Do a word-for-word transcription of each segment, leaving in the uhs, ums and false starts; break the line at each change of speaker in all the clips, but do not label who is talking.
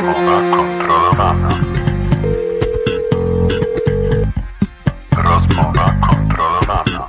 Rozmowa kontrolowana. Rozmowa kontrolowana.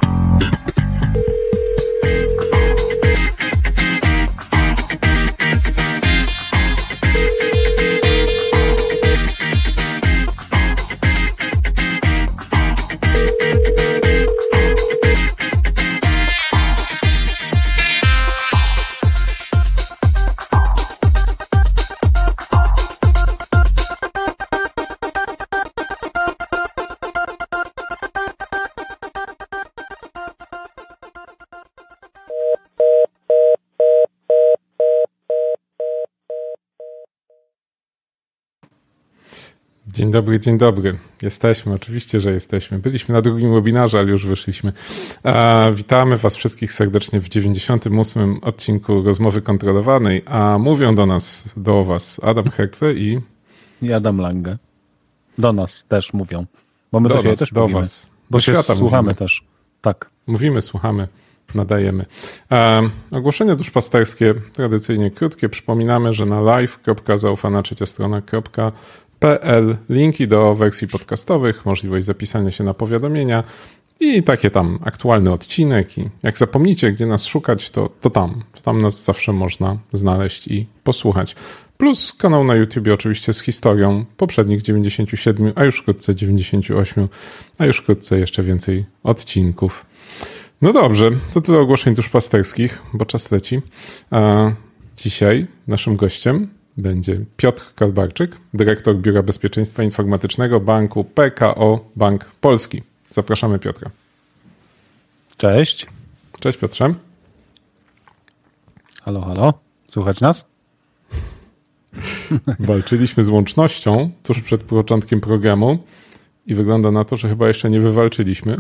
Dzień dobry, dzień dobry. Jesteśmy, oczywiście, że jesteśmy. Byliśmy na drugim webinarze, ale już wyszliśmy. A, witamy Was wszystkich serdecznie w dziewięćdziesiątym ósmym odcinku Rozmowy Kontrolowanej, a mówią do nas, do Was Adam Hekle i...
I Adam Lange. Do nas też mówią. Bo my
do
do
nas,
też
do
mówimy.
Was.
Bo
do
się
świata
słuchamy
mówimy.
też. Tak.
Mówimy, słuchamy, nadajemy. Um, ogłoszenia duszpasterskie, tradycyjnie krótkie. Przypominamy, że na live kropka zaufana trzecia strona kropka p l linki do wersji podcastowych, możliwość zapisania się na powiadomienia i takie tam aktualny odcinek. I jak zapomnicie, gdzie nas szukać, to, to tam. To tam nas zawsze można znaleźć i posłuchać. Plus kanał na YouTubie oczywiście z historią poprzednich dziewięćdziesięciu siedmiu, a już wkrótce dziewięćdziesięciu ośmiu, a już wkrótce jeszcze więcej odcinków. No dobrze, to tyle ogłoszeń duszpasterskich, bo czas leci. A dzisiaj naszym gościem będzie Piotr Kalbarczyk, dyrektor Biura Bezpieczeństwa Informatycznego Banku P K O Bank Polski. Zapraszamy Piotra.
Cześć.
Cześć Piotrze.
Halo, halo. Słuchać nas?
Walczyliśmy z łącznością tuż przed początkiem programu i wygląda na to, że chyba jeszcze nie wywalczyliśmy.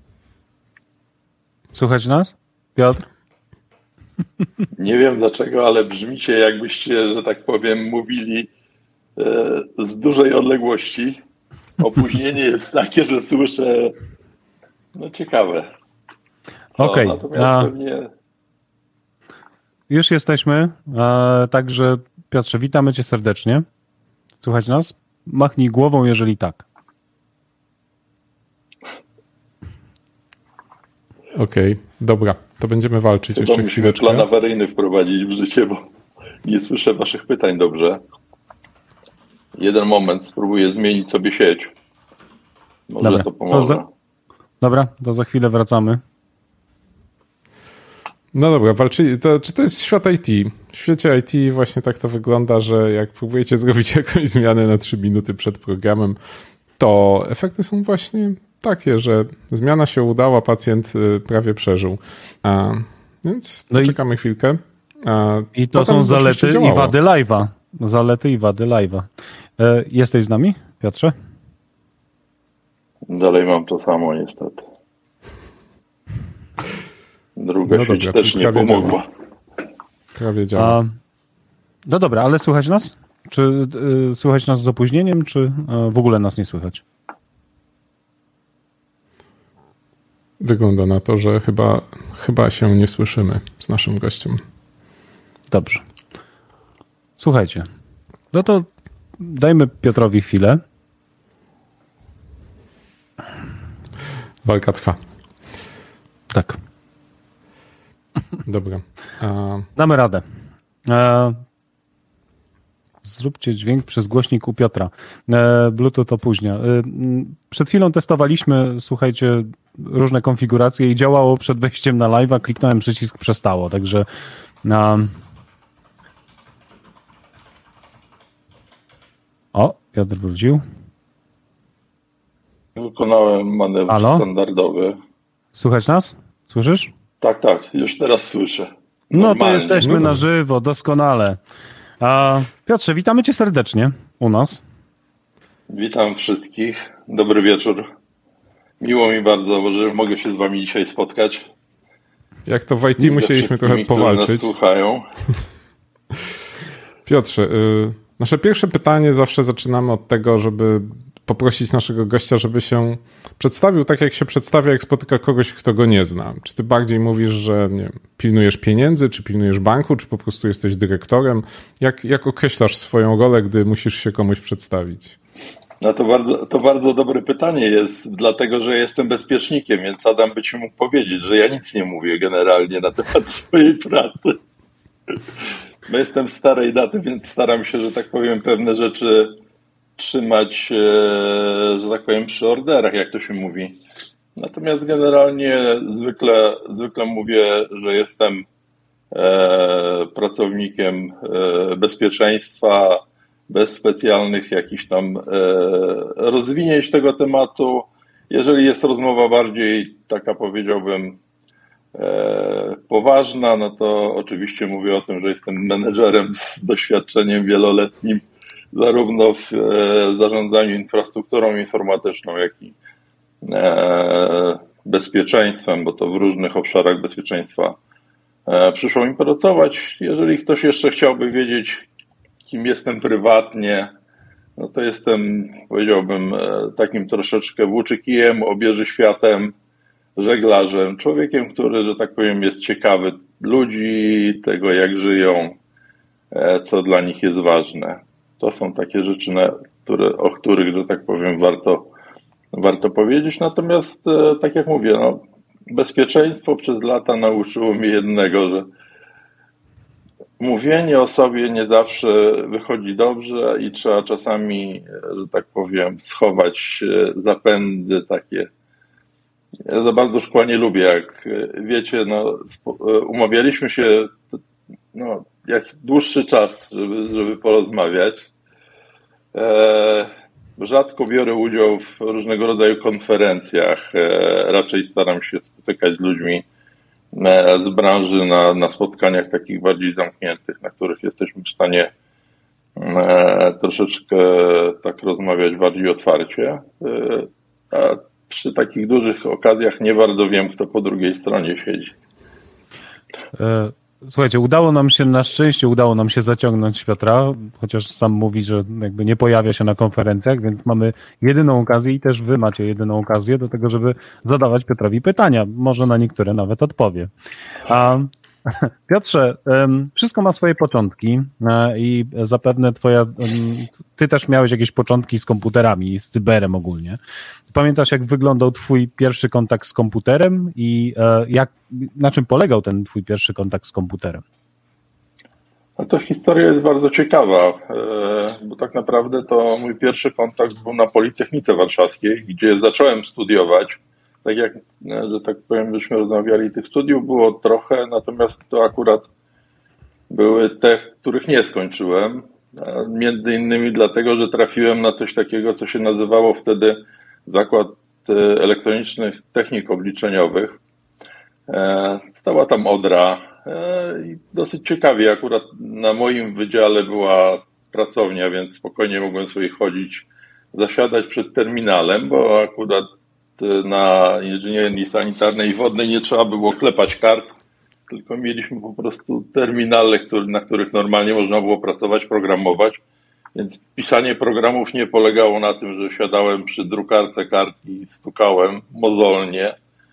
Słuchać nas? Piotr?
Nie wiem dlaczego, ale brzmicie jakbyście, że tak powiem, mówili e, z dużej odległości. Opóźnienie jest takie, że słyszę, no ciekawe.
Okej.
Natomiast
A...
pewnie...
Już jesteśmy, a, także Piotrze, witamy Cię serdecznie. Słuchać nas? Machnij głową, jeżeli tak.
Okej, okay, dobra, to będziemy walczyć
Chyba
jeszcze
musimy
chwileczkę.
plan awaryjny wprowadzić w życie, bo nie słyszę waszych pytań dobrze. Jeden moment, spróbuję zmienić sobie sieć. Może
dobra,
to pomoże.
To za... Dobra, to za chwilę wracamy.
No dobra, walczyli. To, czy to jest świat I T? W świecie I T właśnie tak to wygląda, że jak próbujecie zrobić jakąś zmianę na trzy minuty przed programem, to efekty są właśnie takie, że zmiana się udała, pacjent prawie przeżył. A, więc no czekamy i, chwilkę. A
I to są zalety i wady live'a. Zalety i wady live'a. E, jesteś z nami, Piotrze?
Dalej mam to samo niestety. Druga
no
sieć
dobra,
też nie pomogła.
Działa. Prawie działa.
A, no dobra, ale słychać nas? Czy y, słychać nas z opóźnieniem, czy y, w ogóle nas nie słychać?
Wygląda na to, że chyba, chyba się nie słyszymy z naszym gościem.
Dobrze. Słuchajcie, no to dajmy Piotrowi chwilę.
Walka trwa.
Tak.
Dobra. A...
Damy radę. E... Zróbcie dźwięk przez głośnik u Piotra. E... Bluetooth opóźnia. E... Przed chwilą testowaliśmy, słuchajcie, różne konfiguracje i działało przed wejściem na live'a. Kliknąłem przycisk, przestało. Także na... O, Piotr wrócił.
Wykonałem manewr
Halo?
standardowy.
Słychać nas? Słyszysz?
Tak, tak, już teraz słyszę.
No
Normalnie.
to jesteśmy
no
na żywo, doskonale. A Piotrze, witamy Cię serdecznie u nas.
Witam wszystkich. Dobry wieczór. Miło mi bardzo, że mogę się z wami dzisiaj spotkać.
Jak to w I T musieliśmy trochę powalczyć.
Nas słuchają.
Piotrze, y, nasze pierwsze pytanie zawsze zaczynamy od tego, żeby poprosić naszego gościa, żeby się przedstawił tak, jak się przedstawia, jak spotyka kogoś, kto go nie zna. Czy ty bardziej mówisz, że nie wiem, pilnujesz pieniędzy, czy pilnujesz banku, czy po prostu jesteś dyrektorem? Jak, jak określasz swoją rolę, gdy musisz się komuś przedstawić?
No to bardzo, to bardzo dobre pytanie jest, dlatego że jestem bezpiecznikiem, więc Adam by ci mógł powiedzieć, że ja nic nie mówię generalnie na temat swojej pracy. Bo jestem starej daty, więc staram się, że tak powiem, pewne rzeczy trzymać, że tak powiem, przy orderach, jak to się mówi. Natomiast generalnie zwykle, zwykle mówię, że jestem pracownikiem bezpieczeństwa, bez specjalnych jakichś tam rozwinięć tego tematu. Jeżeli jest rozmowa bardziej taka, powiedziałbym, poważna, no to oczywiście mówię o tym, że jestem menedżerem z doświadczeniem wieloletnim zarówno w zarządzaniu infrastrukturą informatyczną, jak i bezpieczeństwem, bo to w różnych obszarach bezpieczeństwa przyszło mi pracować. Jeżeli ktoś jeszcze chciałby wiedzieć, kim jestem prywatnie, no to jestem, powiedziałbym, takim troszeczkę włóczykijem, obieży światem, żeglarzem, człowiekiem, który, że tak powiem, jest ciekawy ludzi, tego jak żyją, co dla nich jest ważne. To są takie rzeczy, na które, o których, że tak powiem, warto, warto powiedzieć. Natomiast, tak jak mówię, no, bezpieczeństwo przez lata nauczyło mnie jednego, że mówienie o sobie nie zawsze wychodzi dobrze i trzeba czasami, że tak powiem, schować zapędy takie. Ja za bardzo szkła nie lubię, jak wiecie, no, umawialiśmy się no, jak dłuższy czas, żeby, żeby porozmawiać. E, rzadko biorę udział w różnego rodzaju konferencjach. E, raczej staram się spotykać z ludźmi e, z branży na, na spotkaniach takich bardziej zamkniętych, na których jesteśmy w stanie e, troszeczkę tak rozmawiać bardziej otwarcie. E, a przy takich dużych okazjach nie bardzo wiem, kto po drugiej stronie siedzi.
Słuchajcie, udało nam się, na szczęście udało nam się zaciągnąć Piotra, chociaż sam mówi, że jakby nie pojawia się na konferencjach, więc mamy jedyną okazję i też wy macie jedyną okazję do tego, żeby zadawać Piotrowi pytania. Może na niektóre nawet odpowie. A Piotrze, wszystko ma swoje początki i zapewne twoja, ty też miałeś jakieś początki z komputerami, z cyberem ogólnie. Pamiętasz, jak wyglądał twój pierwszy kontakt z komputerem i jak, na czym polegał ten twój pierwszy kontakt z komputerem?
No to historia jest bardzo ciekawa, bo tak naprawdę to mój pierwszy kontakt był na Politechnice Warszawskiej, gdzie zacząłem studiować. Tak jak, że tak powiem, byśmy rozmawiali, tych studiów było trochę, natomiast to akurat były te, których nie skończyłem. Między innymi dlatego, że trafiłem na coś takiego, co się nazywało wtedy Zakład Elektronicznych Technik Obliczeniowych. Stała tam Odra i dosyć ciekawie, akurat na moim wydziale była pracownia, więc spokojnie mogłem sobie chodzić, zasiadać przed terminalem, bo akurat na inżynierii sanitarnej i wodnej nie trzeba było klepać kart, tylko mieliśmy po prostu terminale, który, na których normalnie można było pracować, programować, więc pisanie programów nie polegało na tym, że siadałem przy drukarce kartki i stukałem mozolnie,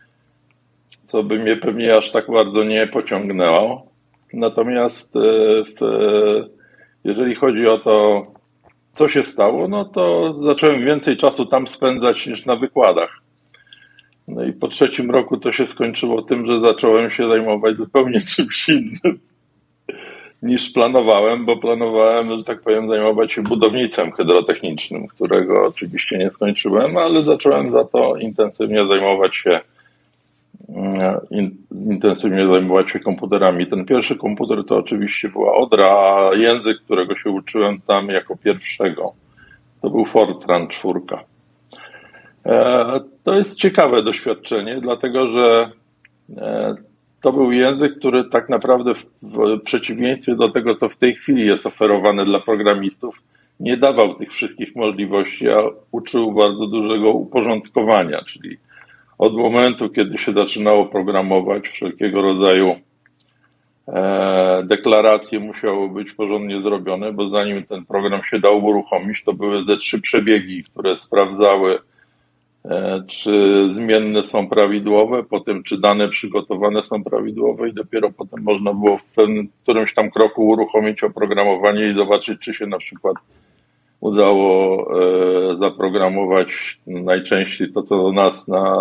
co by mnie pewnie aż tak bardzo nie pociągnęło. Natomiast w, jeżeli chodzi o to, co się stało, no to zacząłem więcej czasu tam spędzać niż na wykładach. No i po trzecim roku to się skończyło tym, że zacząłem się zajmować zupełnie czymś innym niż planowałem, bo planowałem, że tak powiem, zajmować się budownictwem hydrotechnicznym, którego oczywiście nie skończyłem, ale zacząłem za to intensywnie zajmować się in, intensywnie zajmować się komputerami. Ten pierwszy komputer to oczywiście była Odra, a język, którego się uczyłem tam jako pierwszego, to był Fortran cztery. To jest ciekawe doświadczenie, dlatego że to był język, który tak naprawdę w przeciwieństwie do tego, co w tej chwili jest oferowane dla programistów, nie dawał tych wszystkich możliwości, a uczył bardzo dużego uporządkowania, czyli od momentu, kiedy się zaczynało programować wszelkiego rodzaju deklaracje musiały być porządnie zrobione, bo zanim ten program się dał uruchomić, to były te trzy przebiegi, które sprawdzały, czy zmienne są prawidłowe, potem czy dane przygotowane są prawidłowe i dopiero potem można było w pewnym, którymś tam kroku uruchomić oprogramowanie i zobaczyć, czy się na przykład udało zaprogramować najczęściej to, co do nas na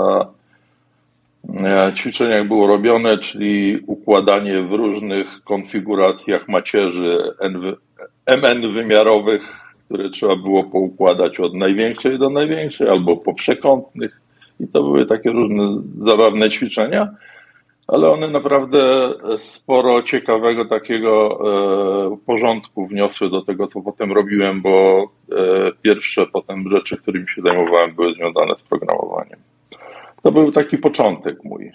ćwiczeniach było robione, czyli układanie w różnych konfiguracjach macierzy M N wymiarowych, które trzeba było poukładać od największej do największej albo po przekątnych. I to były takie różne zabawne ćwiczenia, ale one naprawdę sporo ciekawego takiego e, porządku wniosły do tego, co potem robiłem, bo e, pierwsze potem rzeczy, którymi się zajmowałem, były związane z programowaniem. To był taki początek mój.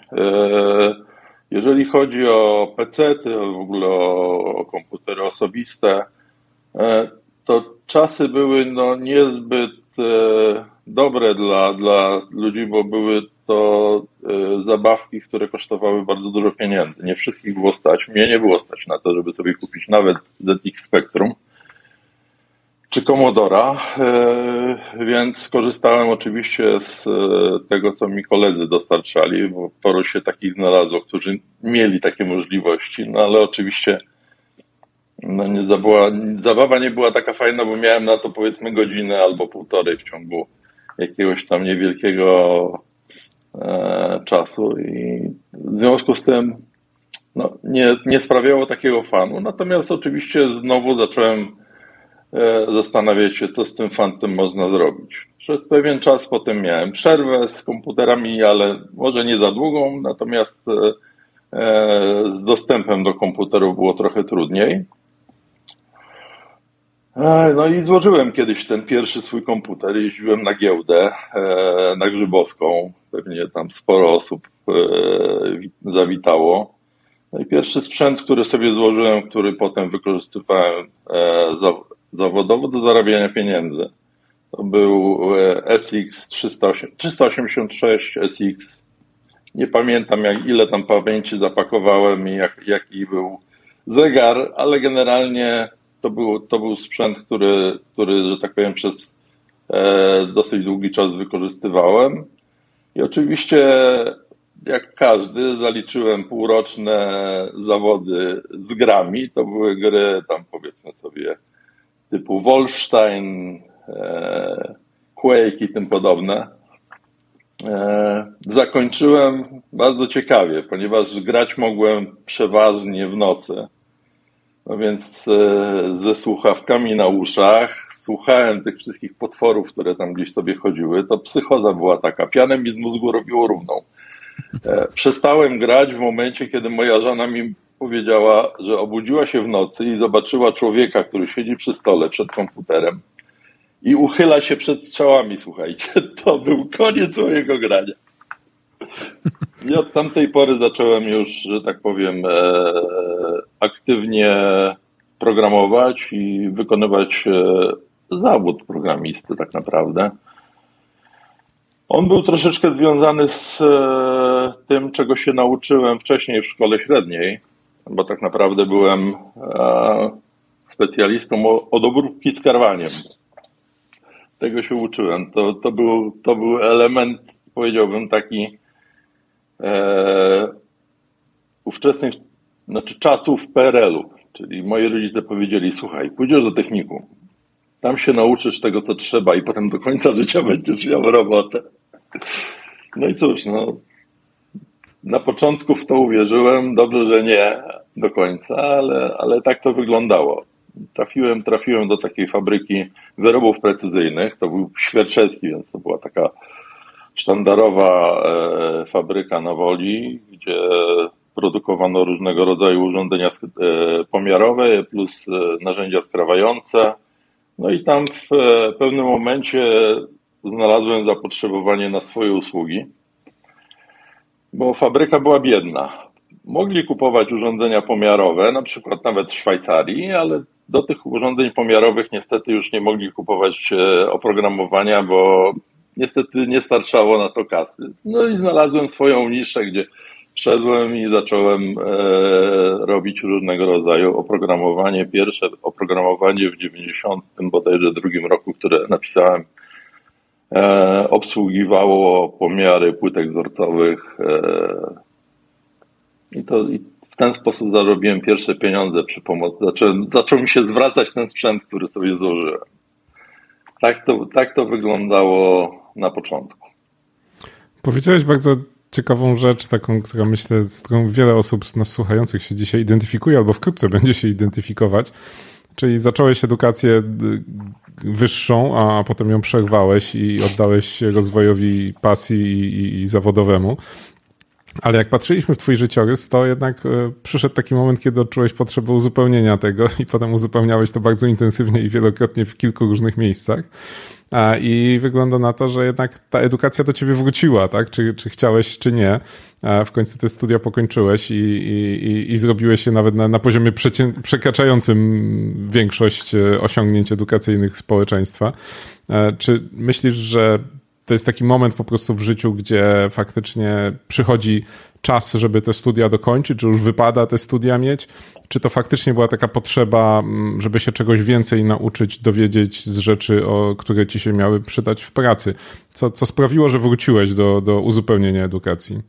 Jeżeli chodzi o pecety, w ogóle o, o komputery osobiste, to czasy były no niezbyt dobre dla, dla ludzi, bo były to zabawki, które kosztowały bardzo dużo pieniędzy. Nie wszystkich było stać. Mnie nie było stać na to, żeby sobie kupić nawet Z X Spectrum czy Commodora, więc skorzystałem oczywiście z tego, co mi koledzy dostarczali, bo paru się takich znalazło, którzy mieli takie możliwości, no ale oczywiście no nie zabyła, zabawa nie była taka fajna, bo miałem na to powiedzmy godzinę albo półtorej w ciągu jakiegoś tam niewielkiego e, czasu i w związku z tym no, nie, nie sprawiało takiego fanu, natomiast oczywiście znowu zacząłem zastanawiać się, co z tym fantem można zrobić. Przez pewien czas potem miałem przerwę z komputerami, ale może nie za długą, natomiast z dostępem do komputerów było trochę trudniej. No i złożyłem kiedyś ten pierwszy swój komputer, jeździłem na giełdę, na Grzybowską, pewnie tam sporo osób zawitało. No i pierwszy sprzęt, który sobie złożyłem, który potem wykorzystywałem zawodowo do zarabiania pieniędzy. To był S X trzysta osiemdziesiąt sześć S X. Nie pamiętam jak, ile tam pamięci zapakowałem i jak, jaki był zegar, ale generalnie to był, to był sprzęt, który, który, że tak powiem, przez e, dosyć długi czas wykorzystywałem. I oczywiście jak każdy zaliczyłem półroczne zawody z grami. To były gry tam powiedzmy sobie typu Wolfenstein, e, Quake i tym podobne. E, zakończyłem bardzo ciekawie, ponieważ grać mogłem przeważnie w nocy. No więc e, ze słuchawkami na uszach słuchałem tych wszystkich potworów, które tam gdzieś sobie chodziły. To psychoza była taka, pianę mi z mózgu robiło równą. E, przestałem grać w momencie, kiedy moja żona mi powiedziała, że obudziła się w nocy i zobaczyła człowieka, który siedzi przy stole przed komputerem i uchyla się przed strzałami, słuchajcie. To był koniec mojego grania. I od tamtej pory zacząłem już, że tak powiem, e, aktywnie programować i wykonywać e, zawód programisty tak naprawdę. On był troszeczkę związany z e, tym, czego się nauczyłem wcześniej w szkole średniej, bo tak naprawdę byłem e, specjalistą od obróbki skarwaniem. Tego się uczyłem. To, to, był, to był element, powiedziałbym, taki e, ówczesnych, znaczy czasów P R L-u. Czyli moi rodzice powiedzieli, słuchaj, pójdziesz do technikum, tam się nauczysz tego, co trzeba i potem do końca życia będziesz miał robotę. No i cóż, no, na początku w to uwierzyłem, dobrze, że nie do końca, ale, ale tak to wyglądało. Trafiłem, trafiłem do takiej fabryki wyrobów precyzyjnych, to był Świerczewski, więc to była taka sztandarowa e, fabryka na Woli, gdzie produkowano różnego rodzaju urządzenia e, pomiarowe plus e, narzędzia skrawające. No i tam w e, pewnym momencie znalazłem zapotrzebowanie na swoje usługi, bo fabryka była biedna. Mogli kupować urządzenia pomiarowe, na przykład nawet w Szwajcarii, ale do tych urządzeń pomiarowych niestety już nie mogli kupować oprogramowania, bo niestety nie starczało na to kasy. No i znalazłem swoją niszę, gdzie wszedłem i zacząłem e, robić różnego rodzaju oprogramowanie. Pierwsze oprogramowanie w dziewięćdziesiątym bodajże drugim roku, które napisałem, e, obsługiwało pomiary płytek wzorcowych e, i to i w ten sposób zarobiłem pierwsze pieniądze przy pomocy. Zacząłem, zaczął mi się zwracać ten sprzęt, który sobie złożyłem. Tak to, tak to wyglądało na początku.
Powiedziałeś bardzo ciekawą rzecz, taką, która myślę, z którą wiele osób z nas słuchających się dzisiaj identyfikuje albo wkrótce będzie się identyfikować. Czyli zacząłeś edukację wyższą, a potem ją przerwałeś i oddałeś się rozwojowi pasji i, i, i zawodowemu. Ale jak patrzyliśmy w twój życiorys, to jednak przyszedł taki moment, kiedy odczułeś potrzebę uzupełnienia tego i potem uzupełniałeś to bardzo intensywnie i wielokrotnie w kilku różnych miejscach. I wygląda na to, że jednak ta edukacja do ciebie wróciła, tak? Czy, czy chciałeś, czy nie. W końcu te studia pokończyłeś i, i, i zrobiłeś się nawet na, na poziomie przecię, przekraczającym większość osiągnięć edukacyjnych społeczeństwa. Czy myślisz, że to jest taki moment po prostu w życiu, gdzie faktycznie przychodzi czas, żeby te studia dokończyć, czy już wypada te studia mieć? Czy to faktycznie była taka potrzeba, żeby się czegoś więcej nauczyć, dowiedzieć z rzeczy, o, które ci się miały przydać w pracy? Co, co sprawiło, że wróciłeś do, do uzupełnienia edukacji?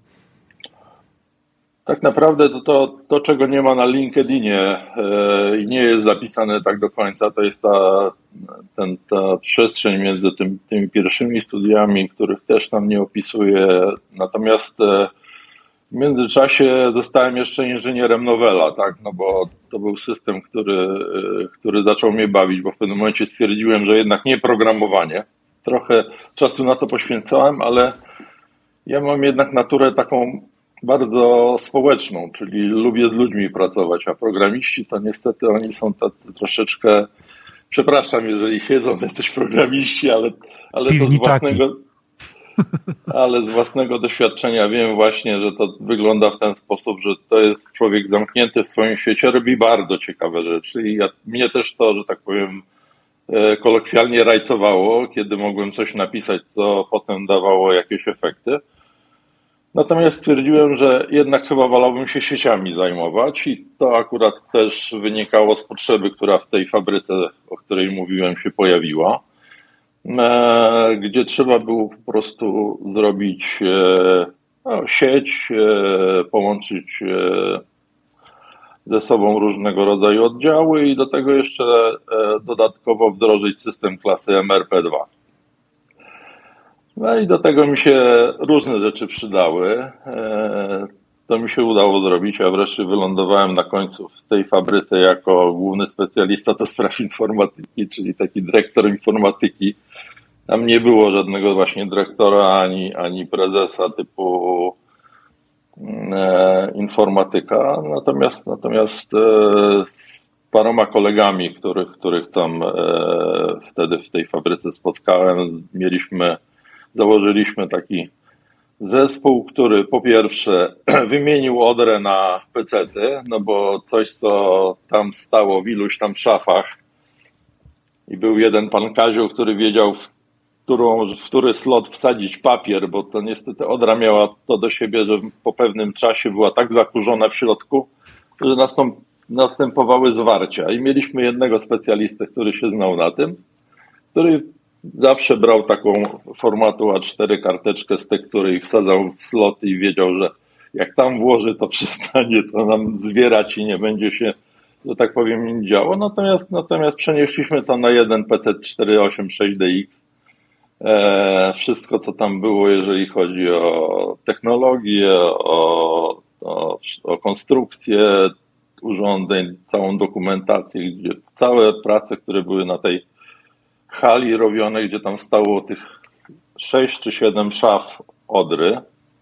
Tak naprawdę to, to, to czego nie ma na LinkedInie i yy, nie jest zapisane tak do końca, to jest ta, ten, ta przestrzeń między tym, tymi pierwszymi studiami, których też tam nie opisuję. Natomiast yy, w międzyczasie zostałem jeszcze inżynierem Novella, tak? No bo to był system, który, yy, który zaczął mnie bawić, bo w pewnym momencie stwierdziłem, że jednak nie programowanie. Trochę czasu na to poświęcałem, ale ja mam jednak naturę taką bardzo społeczną, czyli lubię z ludźmi pracować, a programiści to niestety oni są tacy troszeczkę, przepraszam, jeżeli siedzą jacyś programiści, ale, ale to z własnego, ale z własnego doświadczenia wiem właśnie, że to wygląda w ten sposób, że to jest człowiek zamknięty w swoim świecie, robi bardzo ciekawe rzeczy i ja, mnie też to, że tak powiem, kolokwialnie rajcowało, kiedy mogłem coś napisać, co potem dawało jakieś efekty. Natomiast stwierdziłem, że jednak chyba wolałbym się sieciami zajmować i to akurat też wynikało z potrzeby, która w tej fabryce, o której mówiłem, się pojawiła, gdzie trzeba było po prostu zrobić no, sieć, połączyć ze sobą różnego rodzaju oddziały i do tego jeszcze dodatkowo wdrożyć system klasy M R P dwa. No i do tego mi się różne rzeczy przydały. To mi się udało zrobić, a wreszcie wylądowałem na końcu w tej fabryce jako główny specjalista do spraw informatyki, czyli taki dyrektor informatyki. Tam nie było żadnego właśnie dyrektora ani, ani prezesa typu e, informatyka. Natomiast, natomiast e, z paroma kolegami, których, których tam e, wtedy w tej fabryce spotkałem, mieliśmy Założyliśmy taki zespół, który po pierwsze wymienił Odrę na pecety, no bo coś, co tam stało w iluś tam szafach i był jeden pan Kazio, który wiedział, w, którą, w który slot wsadzić papier, bo to niestety Odra miała to do siebie, że po pewnym czasie była tak zakurzona w środku, że nastąp, następowały zwarcia i mieliśmy jednego specjalistę, który się znał na tym, który zawsze brał taką formatu A cztery karteczkę z tektury i wsadzał w slot i wiedział, że jak tam włoży, to przestanie to nam zwierać i nie będzie się, że tak powiem, nic działo. Natomiast, natomiast przenieśliśmy to na jeden P C cztery osiem sześć D X. E, wszystko, co tam było, jeżeli chodzi o technologię, o, o, o konstrukcję urządzeń, całą dokumentację, gdzie całe prace, które były na tej hali robione, gdzie tam stało tych sześć czy siedem szaf Odry,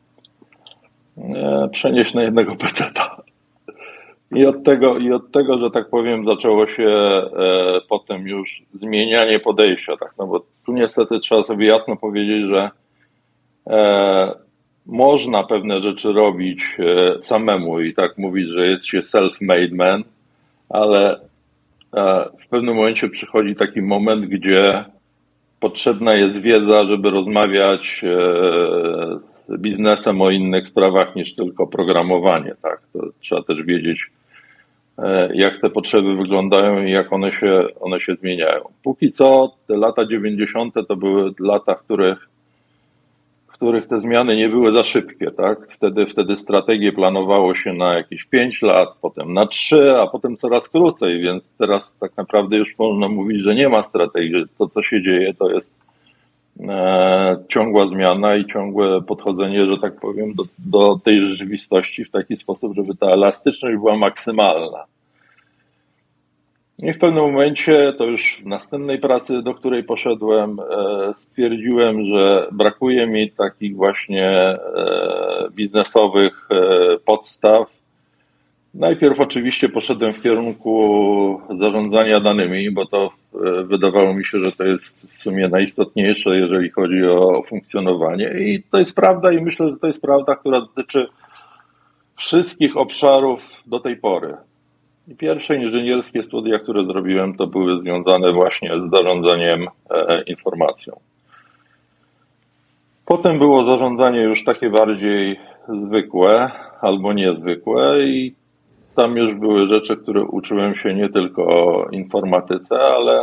e, przenieść na jednego peceta. I od tego, i od tego, że tak powiem, zaczęło się e, potem już zmienianie podejścia, tak, no bo tu niestety trzeba sobie jasno powiedzieć, że e, można pewne rzeczy robić e, samemu i tak mówić, że jest się self-made man, ale w pewnym momencie przychodzi taki moment, gdzie potrzebna jest wiedza, żeby rozmawiać z biznesem o innych sprawach niż tylko programowanie. Tak? To trzeba też wiedzieć, jak te potrzeby wyglądają i jak one się, one się zmieniają. Póki co te lata dziewięćdziesiąte to były lata, w których, w których te zmiany nie były za szybkie. Tak? Wtedy, wtedy strategię planowało się na jakieś pięć lat, potem na trzy, a potem coraz krócej, więc teraz tak naprawdę już można mówić, że nie ma strategii, że to, co się dzieje, to jest e, ciągła zmiana i ciągłe podchodzenie, że tak powiem, do, do tej rzeczywistości w taki sposób, żeby ta elastyczność była maksymalna. I w pewnym momencie, to już w następnej pracy, do której poszedłem, stwierdziłem, że brakuje mi takich właśnie biznesowych podstaw. Najpierw oczywiście poszedłem w kierunku zarządzania danymi, bo to wydawało mi się, że to jest w sumie najistotniejsze, jeżeli chodzi o funkcjonowanie. I to jest prawda i myślę, że to jest prawda, która dotyczy wszystkich obszarów do tej pory. I pierwsze inżynierskie studia, które zrobiłem, to były związane właśnie z zarządzaniem e, informacją. Potem było zarządzanie już takie bardziej zwykłe albo niezwykłe i tam już były rzeczy, które uczyłem się nie tylko o informatyce, ale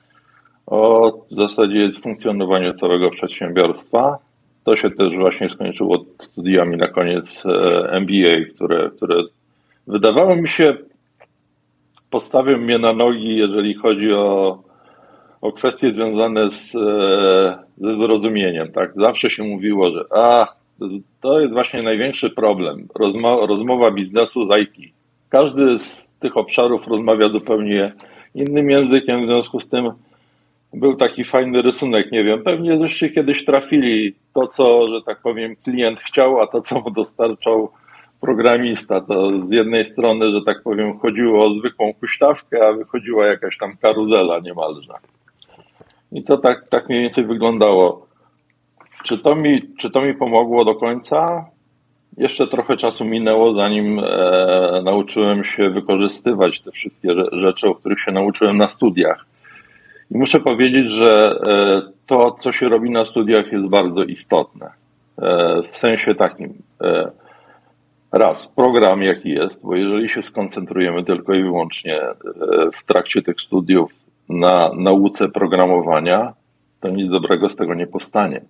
o w zasadzie funkcjonowaniu całego przedsiębiorstwa. To się też właśnie skończyło studiami na koniec M B A, które, które wydawało mi się postawią mnie na nogi, jeżeli chodzi o, o kwestie związane z, ze zrozumieniem. Tak? Zawsze się mówiło, że a, to jest właśnie największy problem. Rozmo, rozmowa biznesu z I T. Każdy z tych obszarów rozmawia zupełnie innym językiem, w związku z tym był taki fajny rysunek, nie wiem, pewnie żeście kiedyś trafili to, co, że tak powiem, klient chciał, a to, co mu dostarczał programista. To z jednej strony, że tak powiem, chodziło o zwykłą huśtawkę, a wychodziła jakaś tam karuzela niemalże. I to tak, tak mniej więcej wyglądało. Czy to mi, czy to mi pomogło do końca? Jeszcze trochę czasu minęło, zanim e, nauczyłem się wykorzystywać te wszystkie rzeczy, o których się nauczyłem na studiach. I muszę powiedzieć, że e, to, co się robi na studiach, jest bardzo istotne. E, w sensie takim, e, raz, program jaki jest, bo jeżeli się skoncentrujemy tylko i wyłącznie w trakcie tych studiów na nauce programowania, to nic dobrego z tego nie powstanie.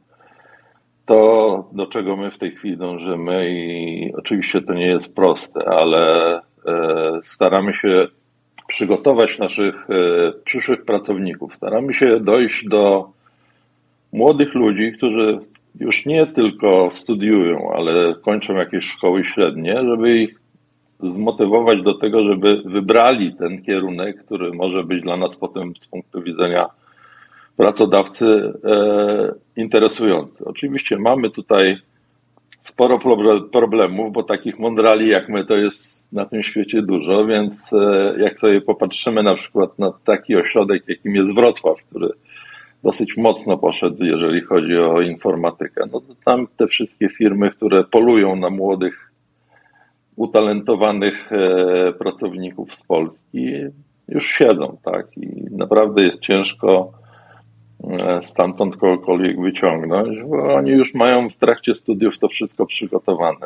To, do czego my w tej chwili dążymy i oczywiście to nie jest proste, ale staramy się przygotować naszych przyszłych pracowników. Staramy się dojść do młodych ludzi, którzy już nie tylko studiują, ale kończą jakieś szkoły średnie, żeby ich zmotywować do tego, żeby wybrali ten kierunek, który może być dla nas potem z punktu widzenia pracodawcy e, interesujący. Oczywiście mamy tutaj sporo problemów, bo takich mądrali jak my to jest na tym świecie dużo, więc e, jak sobie popatrzymy na przykład na taki ośrodek, jakim jest Wrocław, który dosyć mocno poszedł, jeżeli chodzi o informatykę. No to tam te wszystkie firmy, które polują na młodych, utalentowanych e, pracowników z Polski, już siedzą, tak? I naprawdę jest ciężko e, stamtąd kogokolwiek wyciągnąć, bo oni już mają w trakcie studiów to wszystko przygotowane.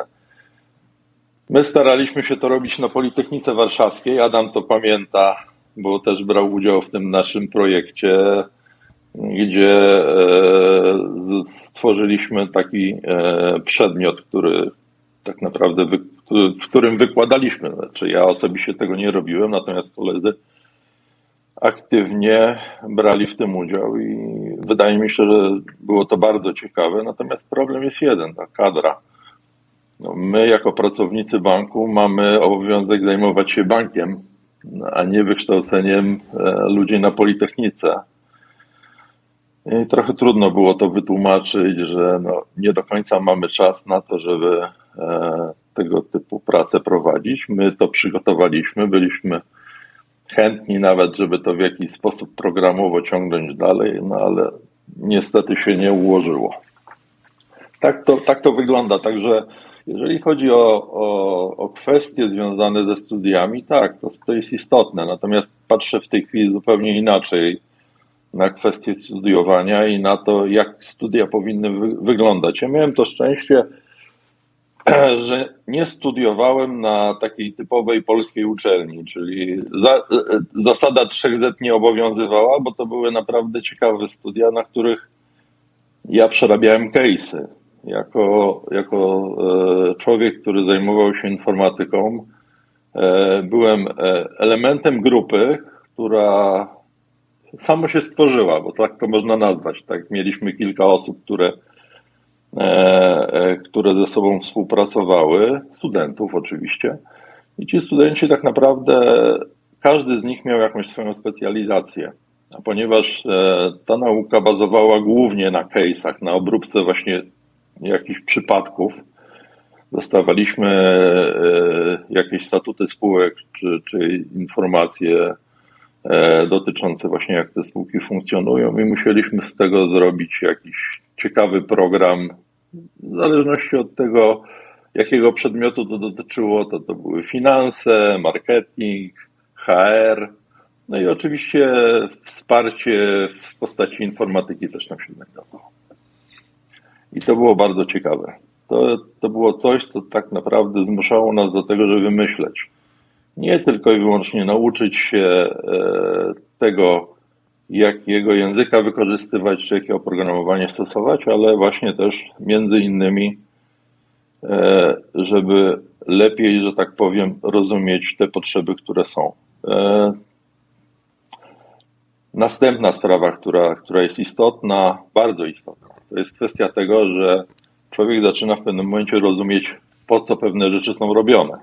My staraliśmy się to robić na Politechnice Warszawskiej. Adam to pamięta, bo też brał udział w tym naszym projekcie, gdzie stworzyliśmy taki przedmiot, który tak naprawdę, w którym wykładaliśmy. Znaczy ja osobiście tego nie robiłem, natomiast koledzy aktywnie brali w tym udział i wydaje mi się, że było to bardzo ciekawe. Natomiast problem jest jeden, ta kadra. No, my jako pracownicy banku mamy obowiązek zajmować się bankiem, a nie wykształceniem ludzi na Politechnice. I trochę trudno było to wytłumaczyć, że no, nie do końca mamy czas na to, żeby e, tego typu pracę prowadzić. My to przygotowaliśmy, byliśmy chętni nawet, żeby to w jakiś sposób programowo ciągnąć dalej, no ale niestety się nie ułożyło. Tak to, tak to wygląda, także jeżeli chodzi o, o, o kwestie związane ze studiami, tak, to, to jest istotne, natomiast patrzę w tej chwili zupełnie inaczej na kwestię studiowania i na to, jak studia powinny wy- wyglądać. Ja miałem to szczęście, że nie studiowałem na takiej typowej polskiej uczelni, czyli za, zasada trzech zet nie obowiązywała, bo to były naprawdę ciekawe studia, na których ja przerabiałem case'y. Jako, jako e, człowiek, który zajmował się informatyką, e, byłem elementem grupy, która samo się stworzyła, bo tak to można nazwać. Tak? Mieliśmy kilka osób, które które ze sobą współpracowały, studentów oczywiście. I ci studenci tak naprawdę, każdy z nich miał jakąś swoją specjalizację. A ponieważ ta nauka bazowała głównie na case'ach, na obróbce właśnie jakichś przypadków, dostawaliśmy jakieś statuty spółek czy, czy informacje dotyczące właśnie jak te spółki funkcjonują i musieliśmy z tego zrobić jakiś ciekawy program. W zależności od tego, jakiego przedmiotu to dotyczyło, to to były finanse, marketing, H R, no i oczywiście wsparcie w postaci informatyki też tam się znajdowało. I to było bardzo ciekawe. To, to było coś, co tak naprawdę zmuszało nas do tego, żeby myśleć. Nie tylko i wyłącznie nauczyć się tego, jakiego języka wykorzystywać, czy jakie oprogramowanie stosować, ale właśnie też między innymi, żeby lepiej, że tak powiem, rozumieć te potrzeby, które są. Następna sprawa, która, która jest istotna, bardzo istotna, to jest kwestia tego, że człowiek zaczyna w pewnym momencie rozumieć, po co pewne rzeczy są robione.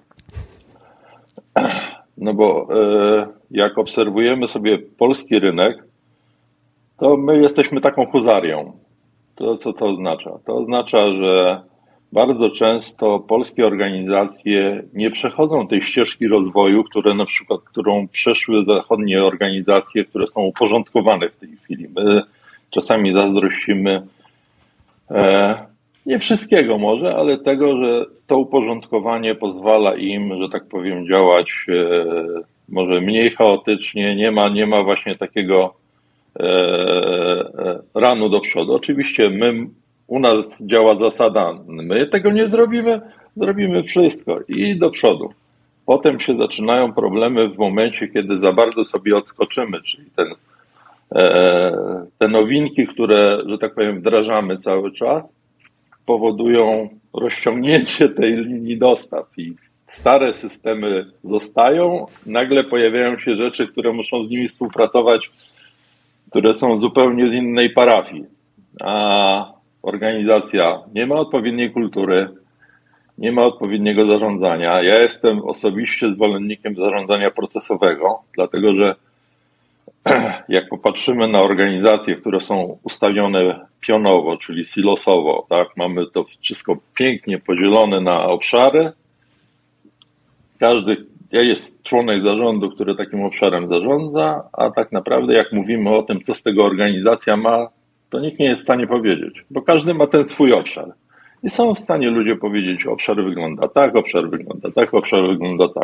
No bo jak obserwujemy sobie polski rynek, to my jesteśmy taką huzarią. To co to oznacza? To oznacza, że bardzo często polskie organizacje nie przechodzą tej ścieżki rozwoju, które na przykład, którą przeszły zachodnie organizacje, które są uporządkowane w tej chwili. My czasami zazdrościmy e, nie wszystkiego może, ale tego, że to uporządkowanie pozwala im, że tak powiem, działać e, może mniej chaotycznie, nie ma, nie ma właśnie takiego ranu do przodu. Oczywiście my, u nas działa zasada, my tego nie zrobimy, zrobimy wszystko i do przodu. Potem się zaczynają problemy w momencie, kiedy za bardzo sobie odskoczymy, czyli ten, te nowinki, które, że tak powiem, wdrażamy cały czas, powodują rozciągnięcie tej linii dostaw i stare systemy zostają, nagle pojawiają się rzeczy, które muszą z nimi współpracować, które są zupełnie z innej parafii, a organizacja nie ma odpowiedniej kultury, nie ma odpowiedniego zarządzania. Ja jestem osobiście zwolennikiem zarządzania procesowego, dlatego że jak popatrzymy na organizacje, które są ustawione pionowo, czyli silosowo, tak, mamy to wszystko pięknie podzielone na obszary. Każdy jest członek zarządu, który takim obszarem zarządza, a tak naprawdę jak mówimy o tym, co z tego organizacja ma, to nikt nie jest w stanie powiedzieć, bo każdy ma ten swój obszar. I są w stanie ludzie powiedzieć, obszar wygląda tak, obszar wygląda tak, obszar wygląda tak.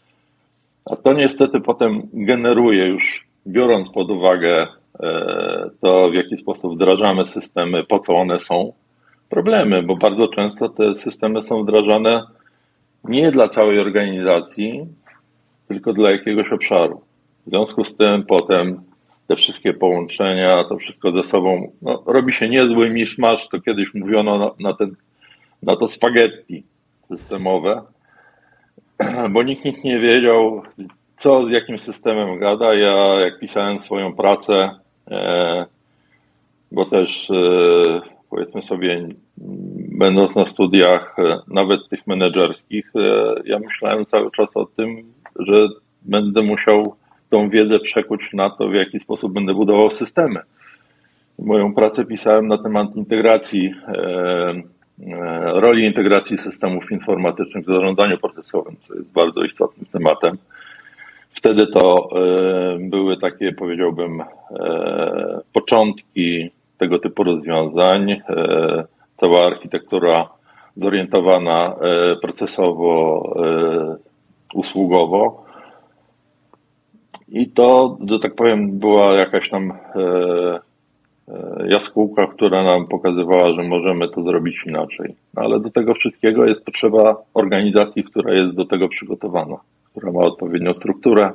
A to niestety potem generuje już, biorąc pod uwagę to, w jaki sposób wdrażamy systemy, po co one są, problemy, bo bardzo często te systemy są wdrażane nie dla całej organizacji, tylko dla jakiegoś obszaru. W związku z tym potem te wszystkie połączenia, to wszystko ze sobą, no, robi się niezły miszmasz, to kiedyś mówiono na, na, ten, na to spaghetti systemowe, bo nikt, nikt nie wiedział, co z jakim systemem gada. Ja jak pisałem swoją pracę, e, bo też e, powiedzmy sobie, będąc na studiach, e, nawet tych menedżerskich, e, ja myślałem cały czas o tym, że będę musiał tą wiedzę przekuć na to, w jaki sposób będę budował systemy. Moją pracę pisałem na temat integracji, e, e, roli integracji systemów informatycznych w zarządzaniu procesowym, co jest bardzo istotnym tematem. Wtedy to e, były takie, powiedziałbym, e, początki tego typu rozwiązań. E, cała architektura zorientowana e, procesowo, e, usługowo. I to, że tak powiem, była jakaś tam e, e, jaskółka, która nam pokazywała, że możemy to zrobić inaczej. No, ale do tego wszystkiego jest potrzeba organizacji, która jest do tego przygotowana, która ma odpowiednią strukturę,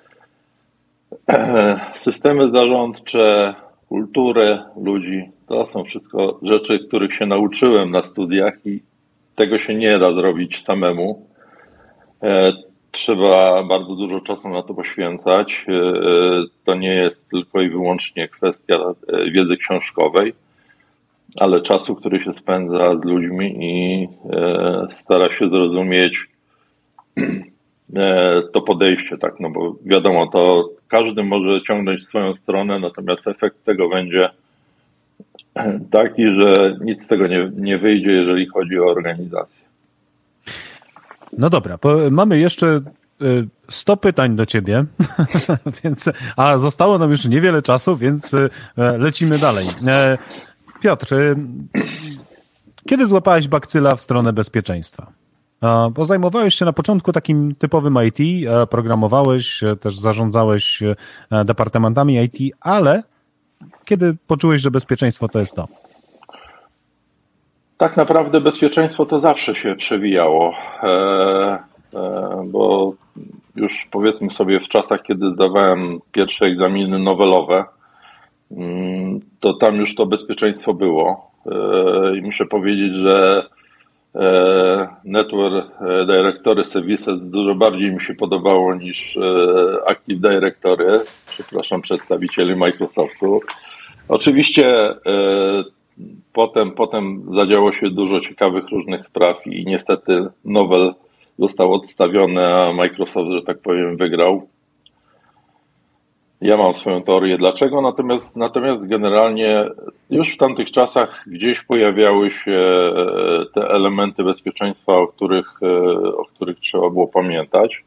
e, systemy zarządcze, kulturę ludzi. To są wszystko rzeczy, których się nauczyłem na studiach i tego się nie da zrobić samemu. E, Trzeba bardzo dużo czasu na to poświęcać. To nie jest tylko i wyłącznie kwestia wiedzy książkowej, ale czasu, który się spędza z ludźmi i stara się zrozumieć to podejście, tak, no bo wiadomo, to każdy może ciągnąć w swoją stronę, natomiast efekt tego będzie taki, że nic z tego nie, nie wyjdzie, jeżeli chodzi o organizację.
No dobra, mamy jeszcze sto pytań do ciebie, więc, a zostało nam już niewiele czasu, więc lecimy dalej. Piotr, kiedy złapałeś bakcyla w stronę bezpieczeństwa? Bo zajmowałeś się na początku takim typowym I T, programowałeś, też zarządzałeś departamentami I T, ale kiedy poczułeś, że bezpieczeństwo to jest to?
Tak naprawdę bezpieczeństwo to zawsze się przewijało, e, e, bo już powiedzmy sobie w czasach, kiedy zdawałem pierwsze egzaminy nowelowe, to tam już to bezpieczeństwo było. E, I muszę powiedzieć, że e, Network Directory Services dużo bardziej mi się podobało niż e, Active Directory, przepraszam, przedstawicieli Microsoftu. Oczywiście e, Potem, potem zadziało się dużo ciekawych różnych spraw i niestety Novell został odstawiony, a Microsoft, że tak powiem, wygrał. Ja mam swoją teorię dlaczego, natomiast, natomiast generalnie już w tamtych czasach gdzieś pojawiały się te elementy bezpieczeństwa, o których, o których trzeba było pamiętać.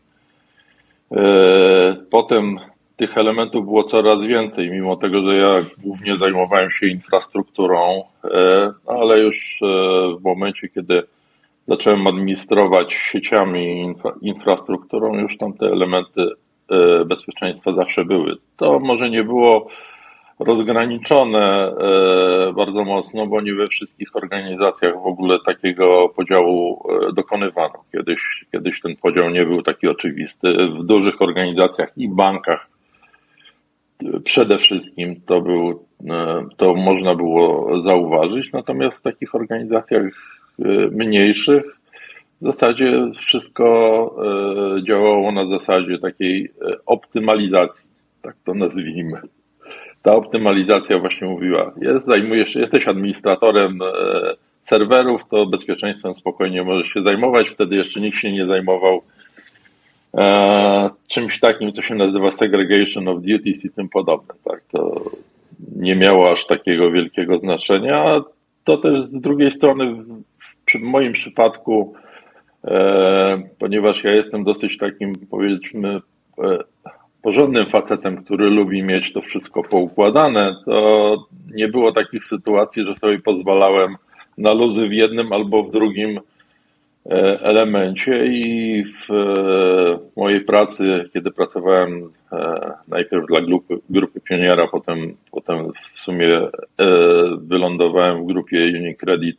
Potem tych elementów było coraz więcej, mimo tego, że ja głównie zajmowałem się infrastrukturą, ale już w momencie, kiedy zacząłem administrować sieciami, infra, infrastrukturą, już tam te elementy bezpieczeństwa zawsze były. To może nie było rozgraniczone bardzo mocno, bo nie we wszystkich organizacjach w ogóle takiego podziału dokonywano. Kiedyś, kiedyś ten podział nie był taki oczywisty. W dużych organizacjach i bankach przede wszystkim to był, to można było zauważyć, natomiast w takich organizacjach mniejszych w zasadzie wszystko działało na zasadzie takiej optymalizacji, tak to nazwijmy. Ta optymalizacja właśnie mówiła, jest, zajmujesz, jesteś administratorem serwerów, to bezpieczeństwem spokojnie możesz się zajmować, wtedy jeszcze nikt się nie zajmował czymś takim, co się nazywa segregation of duties i tym podobne. Tak, to nie miało aż takiego wielkiego znaczenia. To też z drugiej strony w moim przypadku, e, ponieważ ja jestem dosyć takim, powiedzmy, e, porządnym facetem, który lubi mieć to wszystko poukładane, to nie było takich sytuacji, że sobie pozwalałem na luzy w jednym albo w drugim elemencie i w mojej pracy, kiedy pracowałem najpierw dla grupy, grupy Pioniera, potem, potem w sumie wylądowałem w grupie UniCredit,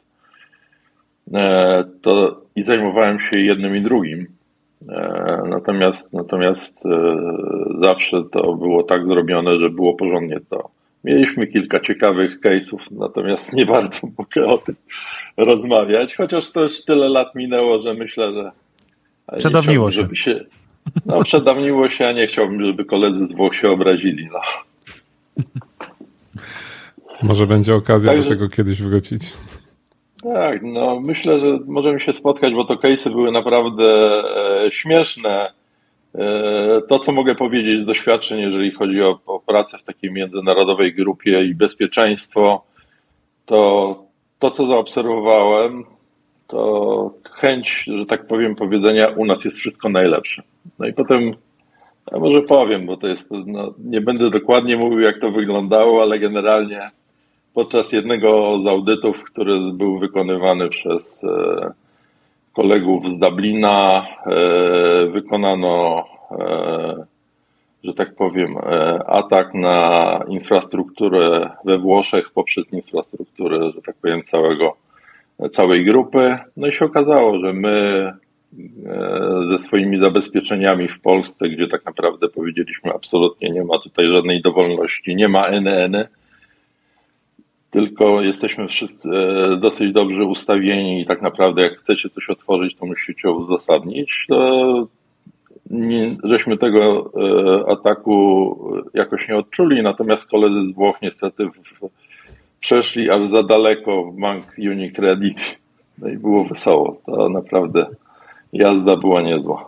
to i zajmowałem się jednym i drugim. Natomiast, natomiast zawsze to było tak zrobione, że było porządnie to. Mieliśmy kilka ciekawych case'ów, natomiast nie bardzo mogę o tym rozmawiać, chociaż to już tyle lat minęło, że myślę, że...
Przedawniło się.
się. No, przedawniło się, a nie chciałbym, żeby koledzy z Włoch się obrazili. No.
Może będzie okazja
Także,
do tego kiedyś wrócić.
Tak, no myślę, że możemy się spotkać, bo to case'y były naprawdę e, śmieszne. To, co mogę powiedzieć z doświadczeń, jeżeli chodzi o, o pracę w takiej międzynarodowej grupie i bezpieczeństwo, to to, co zaobserwowałem, to chęć, że tak powiem, powiedzenia, u nas jest wszystko najlepsze. No i potem, ja może powiem, bo to jest, no, nie będę dokładnie mówił, jak to wyglądało, ale generalnie podczas jednego z audytów, który był wykonywany przez e, kolegów z Dublina, wykonano że tak powiem, atak na infrastrukturę we Włoszech poprzez infrastrukturę, że tak powiem, całego, całej grupy. No i się okazało, że my ze swoimi zabezpieczeniami w Polsce, gdzie tak naprawdę powiedzieliśmy absolutnie nie ma tutaj żadnej dowolności, nie ma N N, tylko jesteśmy wszyscy dosyć dobrze ustawieni i tak naprawdę jak chcecie coś otworzyć, to musicie uzasadnić, to nie, żeśmy tego ataku jakoś nie odczuli, natomiast koledzy z Włoch niestety w, przeszli aż za daleko w bank UniCredit, no i było wesoło, to naprawdę jazda była niezła.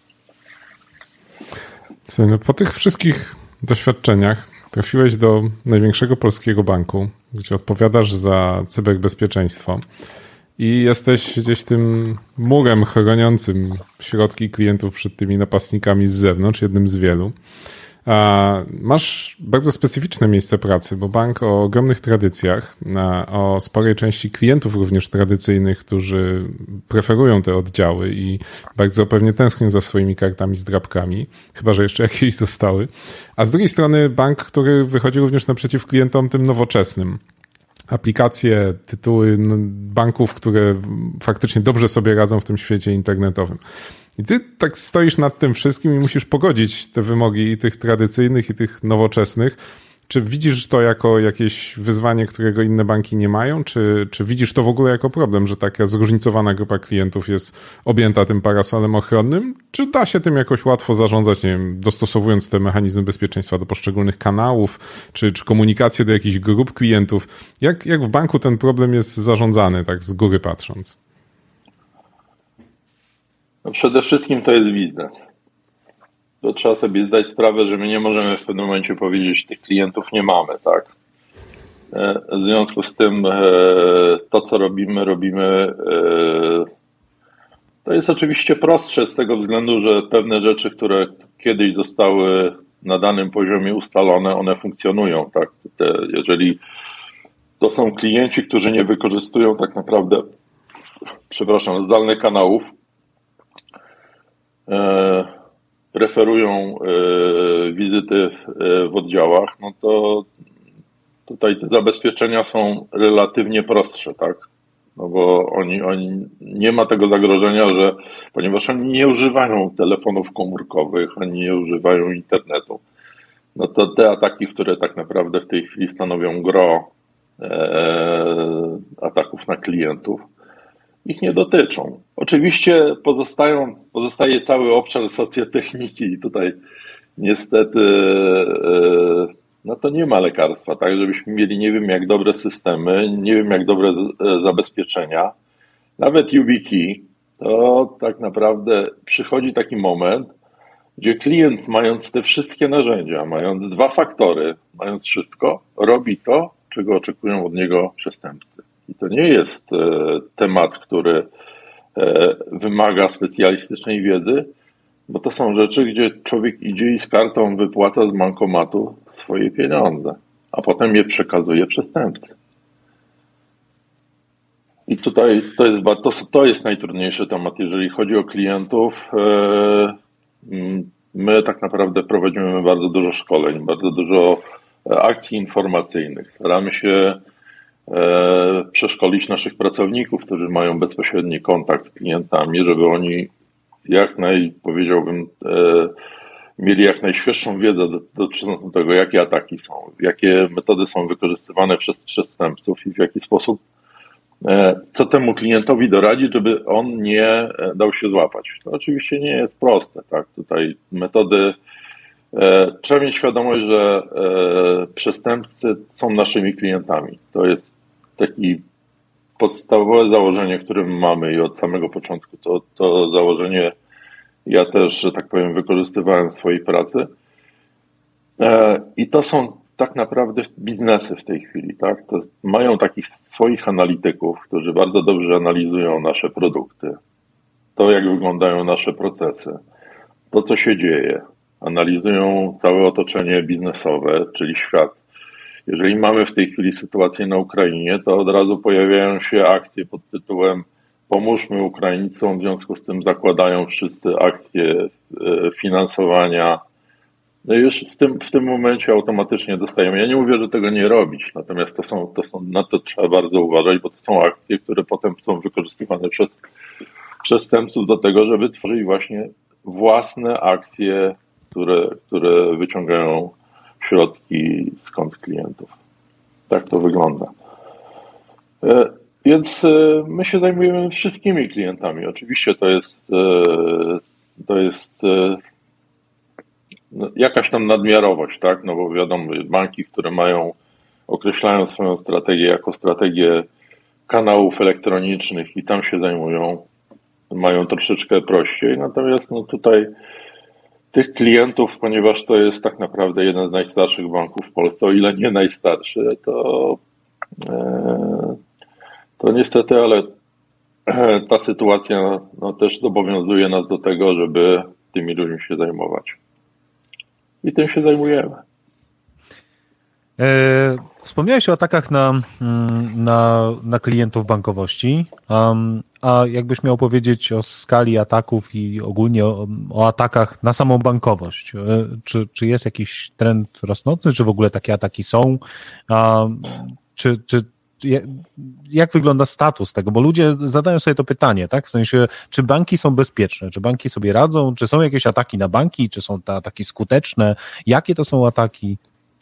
Słuchaj, no po tych wszystkich doświadczeniach trafiłeś do największego polskiego banku, gdzie odpowiadasz za cyberbezpieczeństwo i jesteś gdzieś tym murem chroniącym środki klientów przed tymi napastnikami z zewnątrz, jednym z wielu. A masz bardzo specyficzne miejsce pracy, bo bank o ogromnych tradycjach, o sporej części klientów również tradycyjnych, którzy preferują te oddziały i bardzo pewnie tęsknią za swoimi kartami z drapkami, chyba że jeszcze jakieś zostały. A z drugiej strony bank, który wychodzi również naprzeciw klientom tym nowoczesnym. Aplikacje, tytuły banków, które faktycznie dobrze sobie radzą w tym świecie internetowym. I ty tak stoisz nad tym wszystkim i musisz pogodzić te wymogi i tych tradycyjnych, i tych nowoczesnych. Czy widzisz to jako jakieś wyzwanie, którego inne banki nie mają? Czy, czy widzisz to w ogóle jako problem, że taka zróżnicowana grupa klientów jest objęta tym parasolem ochronnym? Czy da się tym jakoś łatwo zarządzać, nie wiem, dostosowując te mechanizmy bezpieczeństwa do poszczególnych kanałów, czy, czy komunikację do jakichś grup klientów? Jak, jak w banku ten problem jest zarządzany, tak z góry patrząc?
No przede wszystkim to jest biznes. To trzeba sobie zdać sprawę, że my nie możemy w pewnym momencie powiedzieć, że tych klientów nie mamy, tak? W związku z tym to, co robimy, robimy. To jest oczywiście prostsze z tego względu, że pewne rzeczy, które kiedyś zostały na danym poziomie ustalone, one funkcjonują, tak? Te, jeżeli to są klienci, którzy nie wykorzystują tak naprawdę, przepraszam, zdalnych kanałów, preferują wizyty w oddziałach, no to tutaj te zabezpieczenia są relatywnie prostsze, tak? No bo oni, oni nie ma tego zagrożenia, że ponieważ oni nie używają telefonów komórkowych, oni nie używają internetu, no to te ataki, które tak naprawdę w tej chwili stanowią gros e, ataków na klientów, ich nie dotyczą. Oczywiście pozostają, pozostaje cały obszar socjotechniki i tutaj niestety no to nie ma lekarstwa, tak, żebyśmy mieli nie wiem jak dobre systemy, nie wiem jak dobre zabezpieczenia. Nawet YubiKey, to tak naprawdę przychodzi taki moment, gdzie klient mając te wszystkie narzędzia, mając dwa faktory, mając wszystko, robi to, czego oczekują od niego przestępcy. I to nie jest temat, który wymaga specjalistycznej wiedzy, bo to są rzeczy, gdzie człowiek idzie i z kartą wypłaca z bankomatu swoje pieniądze, a potem je przekazuje przestępcy. I tutaj to jest, to, to jest najtrudniejszy temat, jeżeli chodzi o klientów. My tak naprawdę prowadzimy bardzo dużo szkoleń, bardzo dużo akcji informacyjnych. Staramy się przeszkolić naszych pracowników, którzy mają bezpośredni kontakt z klientami, żeby oni jak naj, powiedziałbym, mieli jak najświeższą wiedzę dotyczącą tego, jakie ataki są, jakie metody są wykorzystywane przez przestępców i w jaki sposób, co temu klientowi doradzić, żeby on nie dał się złapać. To oczywiście nie jest proste, tak? Tutaj metody, trzeba mieć świadomość, że przestępcy są naszymi klientami. To jest taki podstawowe założenie, które mamy i od samego początku. To, to założenie ja też, że tak powiem, wykorzystywałem w swojej pracy. I to są tak naprawdę biznesy w tej chwili, tak? To mają takich swoich analityków, którzy bardzo dobrze analizują nasze produkty, to jak wyglądają nasze procesy, to co się dzieje. Analizują całe otoczenie biznesowe, czyli świat. Jeżeli mamy w tej chwili sytuację na Ukrainie, to od razu pojawiają się akcje pod tytułem pomóżmy Ukraińcom, w związku z tym zakładają wszyscy akcje finansowania no i już w tym, w tym momencie automatycznie dostajemy. Ja nie mówię, że tego nie robić, natomiast to są, to są, na to trzeba bardzo uważać, bo to są akcje, które potem są wykorzystywane przez przestępców do tego, żeby tworzyć właśnie własne akcje, które, które wyciągają środki z kont klientów. Tak to wygląda. Więc my się zajmujemy wszystkimi klientami. Oczywiście to jest, to jest jakaś tam nadmiarowość, tak? No bo wiadomo, banki, które mają, określają swoją strategię jako strategię kanałów elektronicznych i tam się zajmują, mają troszeczkę prościej. Natomiast no tutaj tych klientów, ponieważ to jest tak naprawdę jeden z najstarszych banków w Polsce, o ile nie najstarszy, to, to niestety, ale ta sytuacja no, też zobowiązuje nas do tego, żeby tymi ludźmi się zajmować. I tym się zajmujemy.
E, wspomniałeś o atakach na, na, na klientów bankowości, um, a jakbyś miał powiedzieć o skali ataków i ogólnie o, o atakach na samą bankowość. E, czy, czy jest jakiś trend rosnący, czy w ogóle takie ataki są? Um, czy, czy jak wygląda status tego? Bo ludzie zadają sobie to pytanie, tak? W sensie, czy banki są bezpieczne? Czy banki sobie radzą? Czy są jakieś ataki na banki? Czy są te ataki skuteczne? Jakie to są ataki?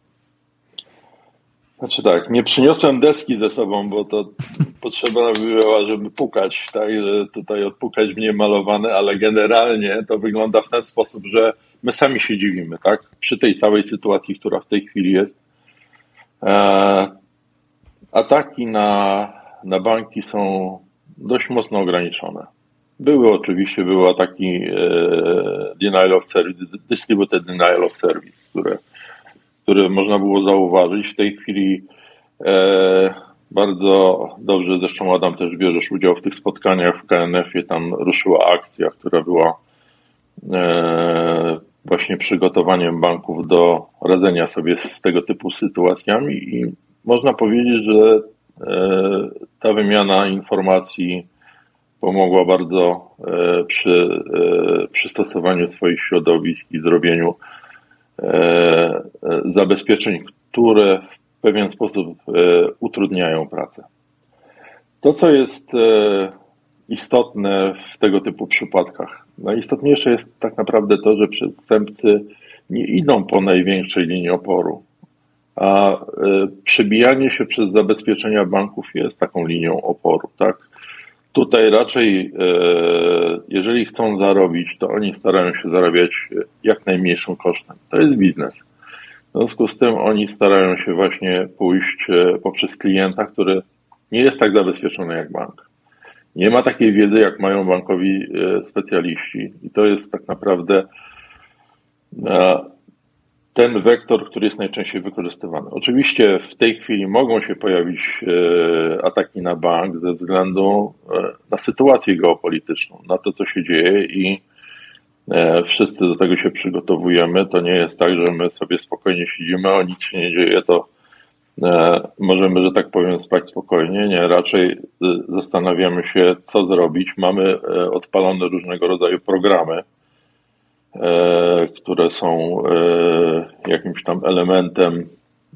Znaczy tak, nie przyniosłem deski ze sobą, bo to potrzeba by była, żeby pukać, tak? Że tutaj odpukać w nie malowane, ale generalnie to wygląda w ten sposób, że my sami się dziwimy, tak? Przy tej całej sytuacji, która w tej chwili jest. E- Ataki na, na banki są dość mocno ograniczone. Były oczywiście, były ataki e, denial of service, distributed denial of service, które, które można było zauważyć. W tej chwili e, bardzo dobrze, zresztą Adam też bierzesz udział w tych spotkaniach w K N F-ie, tam ruszyła akcja, która była e, właśnie przygotowaniem banków do radzenia sobie z tego typu sytuacjami i można powiedzieć, że ta wymiana informacji pomogła bardzo przy przystosowaniu swoich środowisk i zrobieniu zabezpieczeń, które w pewien sposób utrudniają pracę. To, co jest istotne w tego typu przypadkach, najistotniejsze jest tak naprawdę to, że przestępcy nie idą po największej linii oporu, a przebijanie się przez zabezpieczenia banków jest taką linią oporu, tak? Tutaj raczej, jeżeli chcą zarobić, to oni starają się zarabiać jak najmniejszym kosztem. To jest biznes. W związku z tym oni starają się właśnie pójść poprzez klienta, który nie jest tak zabezpieczony jak bank. Nie ma takiej wiedzy, jak mają bankowi specjaliści. I to jest tak naprawdę ten wektor, który jest najczęściej wykorzystywany. Oczywiście w tej chwili mogą się pojawić ataki na bank ze względu na sytuację geopolityczną, na to, co się dzieje i wszyscy do tego się przygotowujemy. To nie jest tak, że my sobie spokojnie siedzimy, a nic się nie dzieje, to możemy, że tak powiem, spać spokojnie. Nie, raczej zastanawiamy się, co zrobić. Mamy odpalone różnego rodzaju programy, które są jakimś tam elementem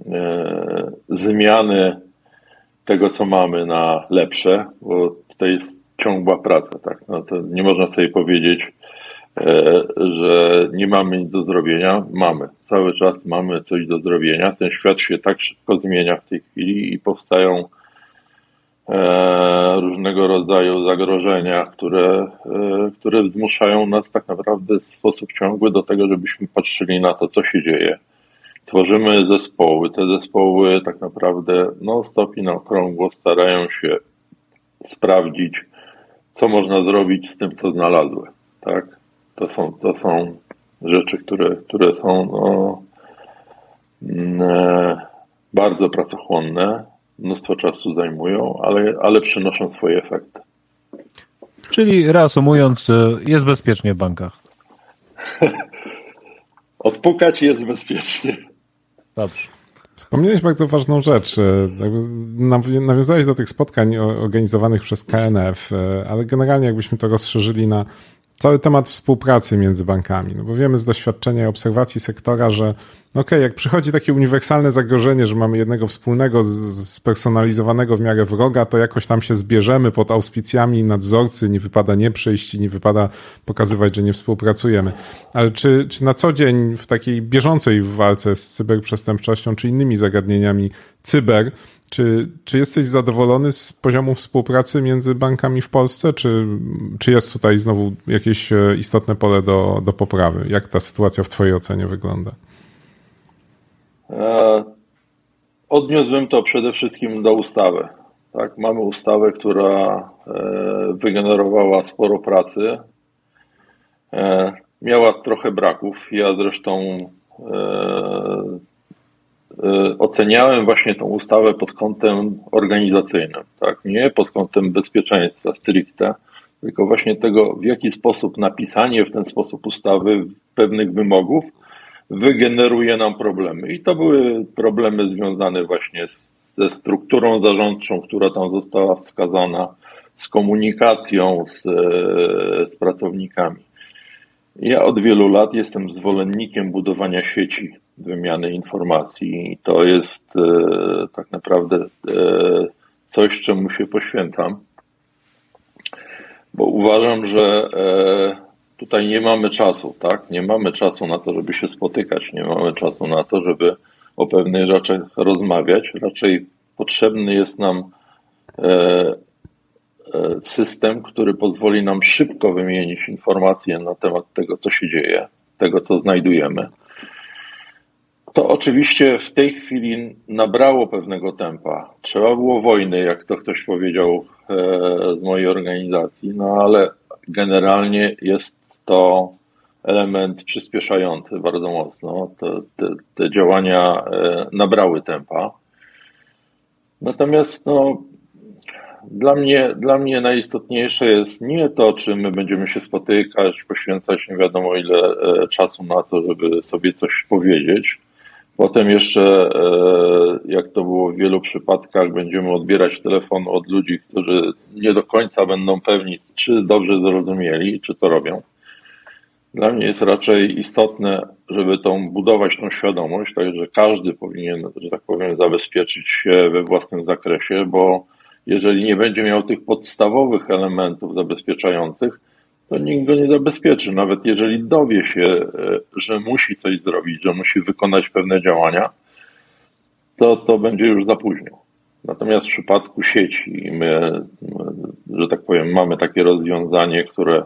zmiany tego, co mamy, na lepsze, bo tutaj jest ciągła praca, tak? No to nie można sobie powiedzieć, że nie mamy nic do zrobienia. Mamy. Cały czas mamy coś do zrobienia. Ten świat się tak szybko zmienia w tej chwili i powstają różnego rodzaju zagrożenia, które, które zmuszają nas tak naprawdę w sposób ciągły do tego, żebyśmy patrzyli na to, co się dzieje. Tworzymy zespoły. Te zespoły tak naprawdę non-stop i na okrągło starają się sprawdzić, co można zrobić z tym, co znalazły. Tak? To są, to są rzeczy, które, które są no, bardzo pracochłonne, mnóstwo czasu zajmują, ale, ale przynoszą swoje efekty.
Czyli reasumując, jest bezpiecznie w bankach.
Odpukać jest bezpiecznie.
Dobrze.
Wspomniałeś bardzo ważną rzecz. Nawiązałeś do tych spotkań organizowanych przez K N F, ale generalnie jakbyśmy to rozszerzyli na cały temat współpracy między bankami, no bo wiemy z doświadczenia i obserwacji sektora, że no okej, okay, jak przychodzi takie uniwersalne zagrożenie, że mamy jednego wspólnego, spersonalizowanego w miarę wroga, to jakoś tam się zbierzemy pod auspicjami nadzorcy, nie wypada nie przyjść i nie wypada pokazywać, że nie współpracujemy. Ale czy, czy na co dzień w takiej bieżącej walce z cyberprzestępczością czy innymi zagadnieniami cyber, Czy, czy jesteś zadowolony z poziomu współpracy między bankami w Polsce, czy, czy jest tutaj znowu jakieś istotne pole do, do poprawy? Jak ta sytuacja w twojej ocenie wygląda?
Odniósłbym to przede wszystkim do ustawy. Tak, mamy ustawę, która wygenerowała sporo pracy. Miała trochę braków. Ja zresztą oceniałem właśnie tą ustawę pod kątem organizacyjnym, tak? Nie pod kątem bezpieczeństwa stricte, tylko właśnie tego, w jaki sposób napisanie w ten sposób ustawy pewnych wymogów wygeneruje nam problemy. I to były problemy związane właśnie z, ze strukturą zarządczą, która tam została wskazana, z komunikacją z, z pracownikami. Ja od wielu lat jestem zwolennikiem budowania sieci wymiany informacji i to jest e, tak naprawdę e, coś, czemu się poświęcam, bo uważam, że e, tutaj nie mamy czasu, tak? Nie mamy czasu na to, żeby się spotykać, nie mamy czasu na to, żeby o pewnych rzeczach rozmawiać. Raczej potrzebny jest nam e, e, system, który pozwoli nam szybko wymienić informacje na temat tego, co się dzieje, tego, co znajdujemy. To oczywiście w tej chwili nabrało pewnego tempa. Trzeba było wojny, jak to ktoś powiedział z mojej organizacji, no ale generalnie jest to element przyspieszający bardzo mocno. Te, te, te działania nabrały tempa. Natomiast no, dla mnie, dla mnie najistotniejsze jest nie to, czy my będziemy się spotykać, poświęcać nie wiadomo ile czasu na to, żeby sobie coś powiedzieć. Potem jeszcze, jak to było w wielu przypadkach, będziemy odbierać telefon od ludzi, którzy nie do końca będą pewni, czy dobrze zrozumieli, czy to robią. Dla mnie jest raczej istotne, żeby tą budować tą świadomość, także każdy powinien, że tak powiem, zabezpieczyć się we własnym zakresie, bo jeżeli nie będzie miał tych podstawowych elementów zabezpieczających, to nikt go nie zabezpieczy. Nawet jeżeli dowie się, że musi coś zrobić, że musi wykonać pewne działania, to to będzie już za późno. Natomiast w przypadku sieci my, że tak powiem, mamy takie rozwiązanie, które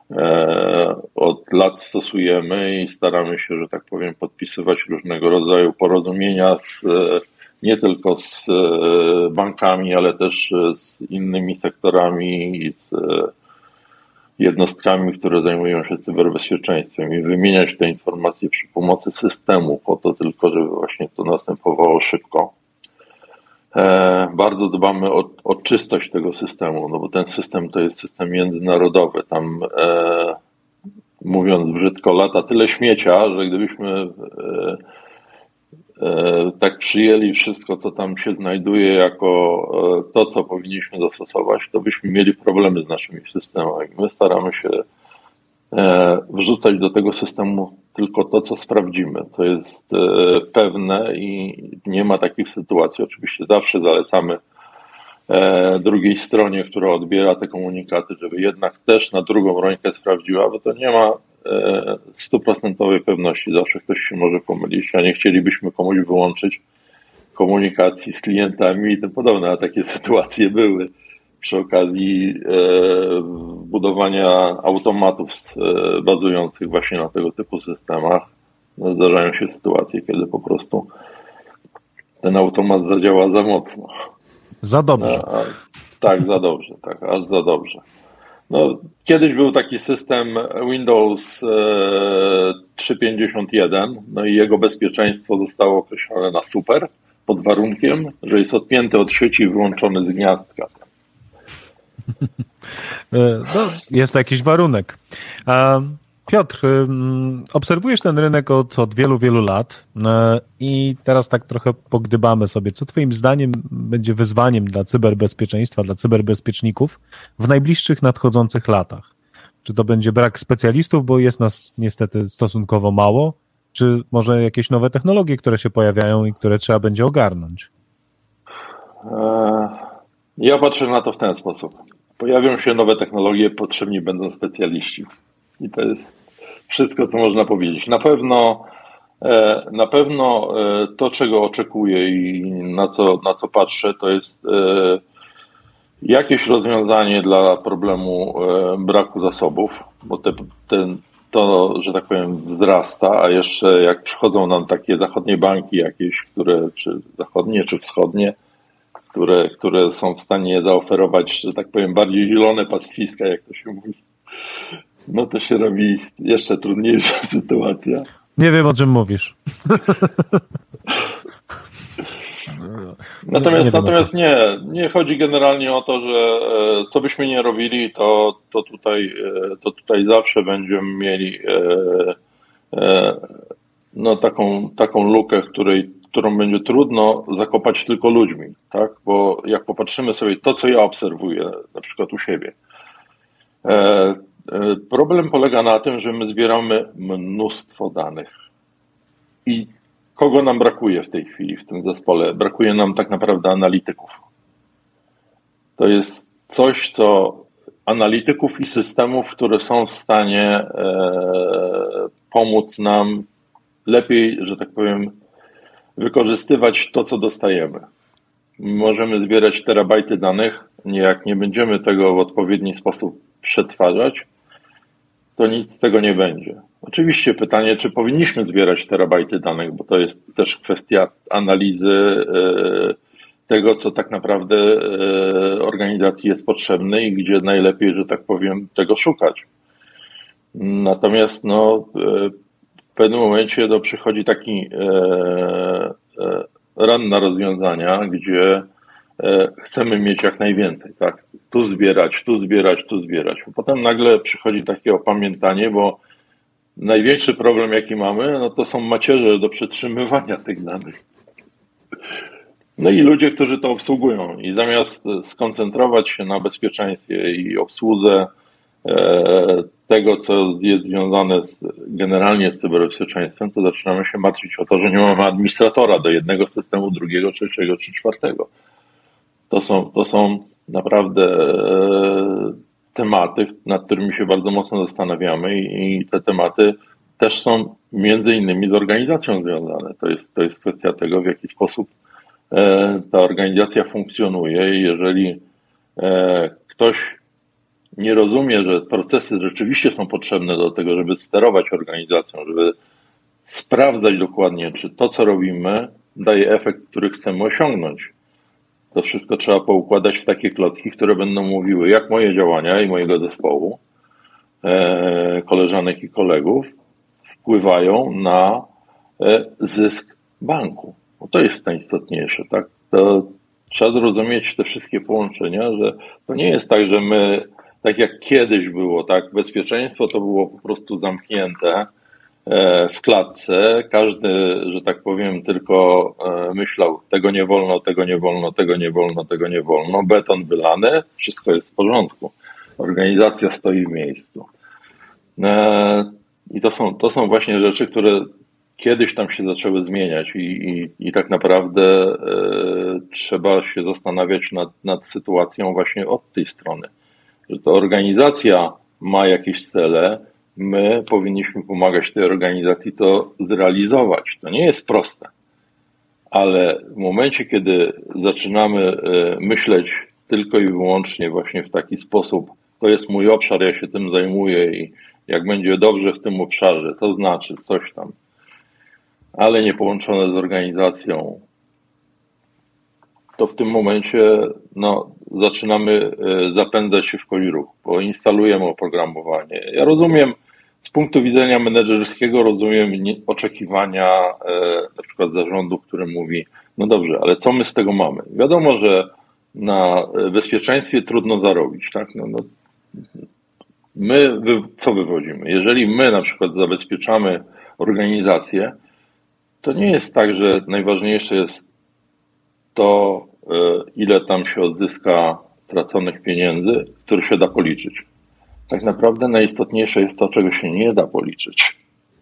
od lat stosujemy i staramy się, że tak powiem, podpisywać różnego rodzaju porozumienia z, nie tylko z bankami, ale też z innymi sektorami i z jednostkami, które zajmują się cyberbezpieczeństwem i wymieniać te informacje przy pomocy systemu po to tylko, żeby właśnie to następowało szybko. E, bardzo dbamy o, o czystość tego systemu, no bo ten system to jest system międzynarodowy. Tam e, mówiąc brzydko lata tyle śmiecia, że gdybyśmy e, e, tak przyjęli wszystko, co tam się znajduje jako e, to, co powinniśmy zastosować, to byśmy mieli problemy z naszymi systemami. My staramy się e, wrzucać do tego systemu tylko to, co sprawdzimy, co jest e, pewne i nie ma takich sytuacji. Oczywiście zawsze zalecamy e, drugiej stronie, która odbiera te komunikaty, żeby jednak też na drugą rękę sprawdziła, bo to nie ma stuprocentowej pewności. Zawsze ktoś się może pomylić, a nie chcielibyśmy komuś wyłączyć komunikacji z klientami i tym podobne, a takie sytuacje były przy okazji e, budowania automatów e, bazujących właśnie na tego typu systemach. No, zdarzają się sytuacje, kiedy po prostu ten automat zadziała za mocno.
Za dobrze.
A, a, tak, za dobrze, tak, aż za dobrze. No, kiedyś był taki system Windows trzysta pięćdziesiąt jeden, no i jego bezpieczeństwo zostało określone na super, pod warunkiem, że jest odpięty od sieci i wyłączony z gniazdka.
No, jest to jakiś warunek. Piotr, obserwujesz ten rynek od, od wielu, wielu lat i teraz tak trochę pogdybamy sobie. Co twoim zdaniem będzie wyzwaniem dla cyberbezpieczeństwa, dla cyberbezpieczników w najbliższych nadchodzących latach? Czy to będzie brak specjalistów, bo jest nas niestety stosunkowo mało, czy może jakieś nowe technologie, które się pojawiają i które trzeba będzie ogarnąć?
Ja patrzę na to w ten sposób. Pojawią się nowe technologie, potrzebni będą specjaliści. I to jest wszystko, co można powiedzieć. Na pewno, na pewno to, czego oczekuję i na co, na co patrzę, to jest jakieś rozwiązanie dla problemu braku zasobów, bo te, ten, to, że tak powiem, wzrasta, a jeszcze jak przychodzą nam takie zachodnie banki jakieś, które, czy zachodnie, czy wschodnie, które, które są w stanie zaoferować, że tak powiem, bardziej zielone pastwiska, jak to się mówi, no to się robi jeszcze trudniejsza sytuacja.
Nie wiem, o czym mówisz.
Natomiast,
nie, nie
natomiast nie, nie chodzi generalnie o to, że co byśmy nie robili, to, to, tutaj, to tutaj zawsze będziemy mieli no, taką, taką lukę, której, którą będzie trudno zakopać tylko ludźmi, tak? Bo jak popatrzymy sobie to, co ja obserwuję, na przykład u siebie, problem polega na tym, że my zbieramy mnóstwo danych i kogo nam brakuje w tej chwili w tym zespole? Brakuje nam tak naprawdę analityków. To jest coś, co analityków i systemów, które są w stanie e, pomóc nam lepiej, że tak powiem, wykorzystywać to, co dostajemy. Możemy zbierać terabajty danych, jak nie będziemy tego w odpowiedni sposób przetwarzać, to nic z tego nie będzie. Oczywiście pytanie, czy powinniśmy zbierać terabajty danych, bo to jest też kwestia analizy tego, co tak naprawdę organizacji jest potrzebne i gdzie najlepiej, że tak powiem, tego szukać. Natomiast no, w pewnym momencie to przychodzi taki run na rozwiązania, gdzie chcemy mieć jak najwięcej, tak? Tu zbierać, tu zbierać, tu zbierać. Potem nagle przychodzi takie opamiętanie, bo największy problem, jaki mamy, no to są macierze do przetrzymywania tych danych. No i ludzie, którzy to obsługują i zamiast skoncentrować się na bezpieczeństwie i obsłudze tego, co jest związane z, generalnie z cyberbezpieczeństwem, to zaczynamy się martwić o to, że nie mamy administratora do jednego systemu, drugiego, trzeciego czy czwartego. To są, to są naprawdę tematy, nad którymi się bardzo mocno zastanawiamy i, i te tematy też są między innymi z organizacją związane. To jest, to jest kwestia tego, w jaki sposób e, ta organizacja funkcjonuje i jeżeli e, ktoś nie rozumie, że procesy rzeczywiście są potrzebne do tego, żeby sterować organizacją, żeby sprawdzać dokładnie, czy to, co robimy, daje efekt, który chcemy osiągnąć. To wszystko trzeba poukładać w takie klocki, które będą mówiły, jak moje działania i mojego zespołu, e, koleżanek i kolegów wpływają na e, zysk banku. Bo to jest najistotniejsze, tak? To trzeba zrozumieć te wszystkie połączenia, że to nie jest tak, że my, tak jak kiedyś było, tak? Bezpieczeństwo to było po prostu zamknięte w klatce, każdy, że tak powiem, tylko myślał, tego nie wolno, tego nie wolno, tego nie wolno, tego nie wolno, beton wylany, wszystko jest w porządku. Organizacja stoi w miejscu. I to są, to są właśnie rzeczy, które kiedyś tam się zaczęły zmieniać i, i, i tak naprawdę e, trzeba się zastanawiać nad, nad sytuacją właśnie od tej strony, że to organizacja ma jakieś cele, my powinniśmy pomagać tej organizacji to zrealizować. To nie jest proste, ale w momencie, kiedy zaczynamy myśleć tylko i wyłącznie właśnie w taki sposób, to jest mój obszar, ja się tym zajmuję i jak będzie dobrze w tym obszarze, to znaczy coś tam, ale nie połączone z organizacją, to w tym momencie no, zaczynamy zapędzać się w koliruch, bo instalujemy oprogramowanie. Ja rozumiem, z punktu widzenia menedżerskiego rozumiem oczekiwania na przykład zarządu, który mówi, no dobrze, ale co my z tego mamy? Wiadomo, że na bezpieczeństwie trudno zarobić, tak? No, no, my wy, co wywodzimy? Jeżeli my na przykład zabezpieczamy organizację, to nie jest tak, że najważniejsze jest to, ile tam się odzyska straconych pieniędzy, które się da policzyć. tak naprawdę najistotniejsze jest to, czego się nie da policzyć.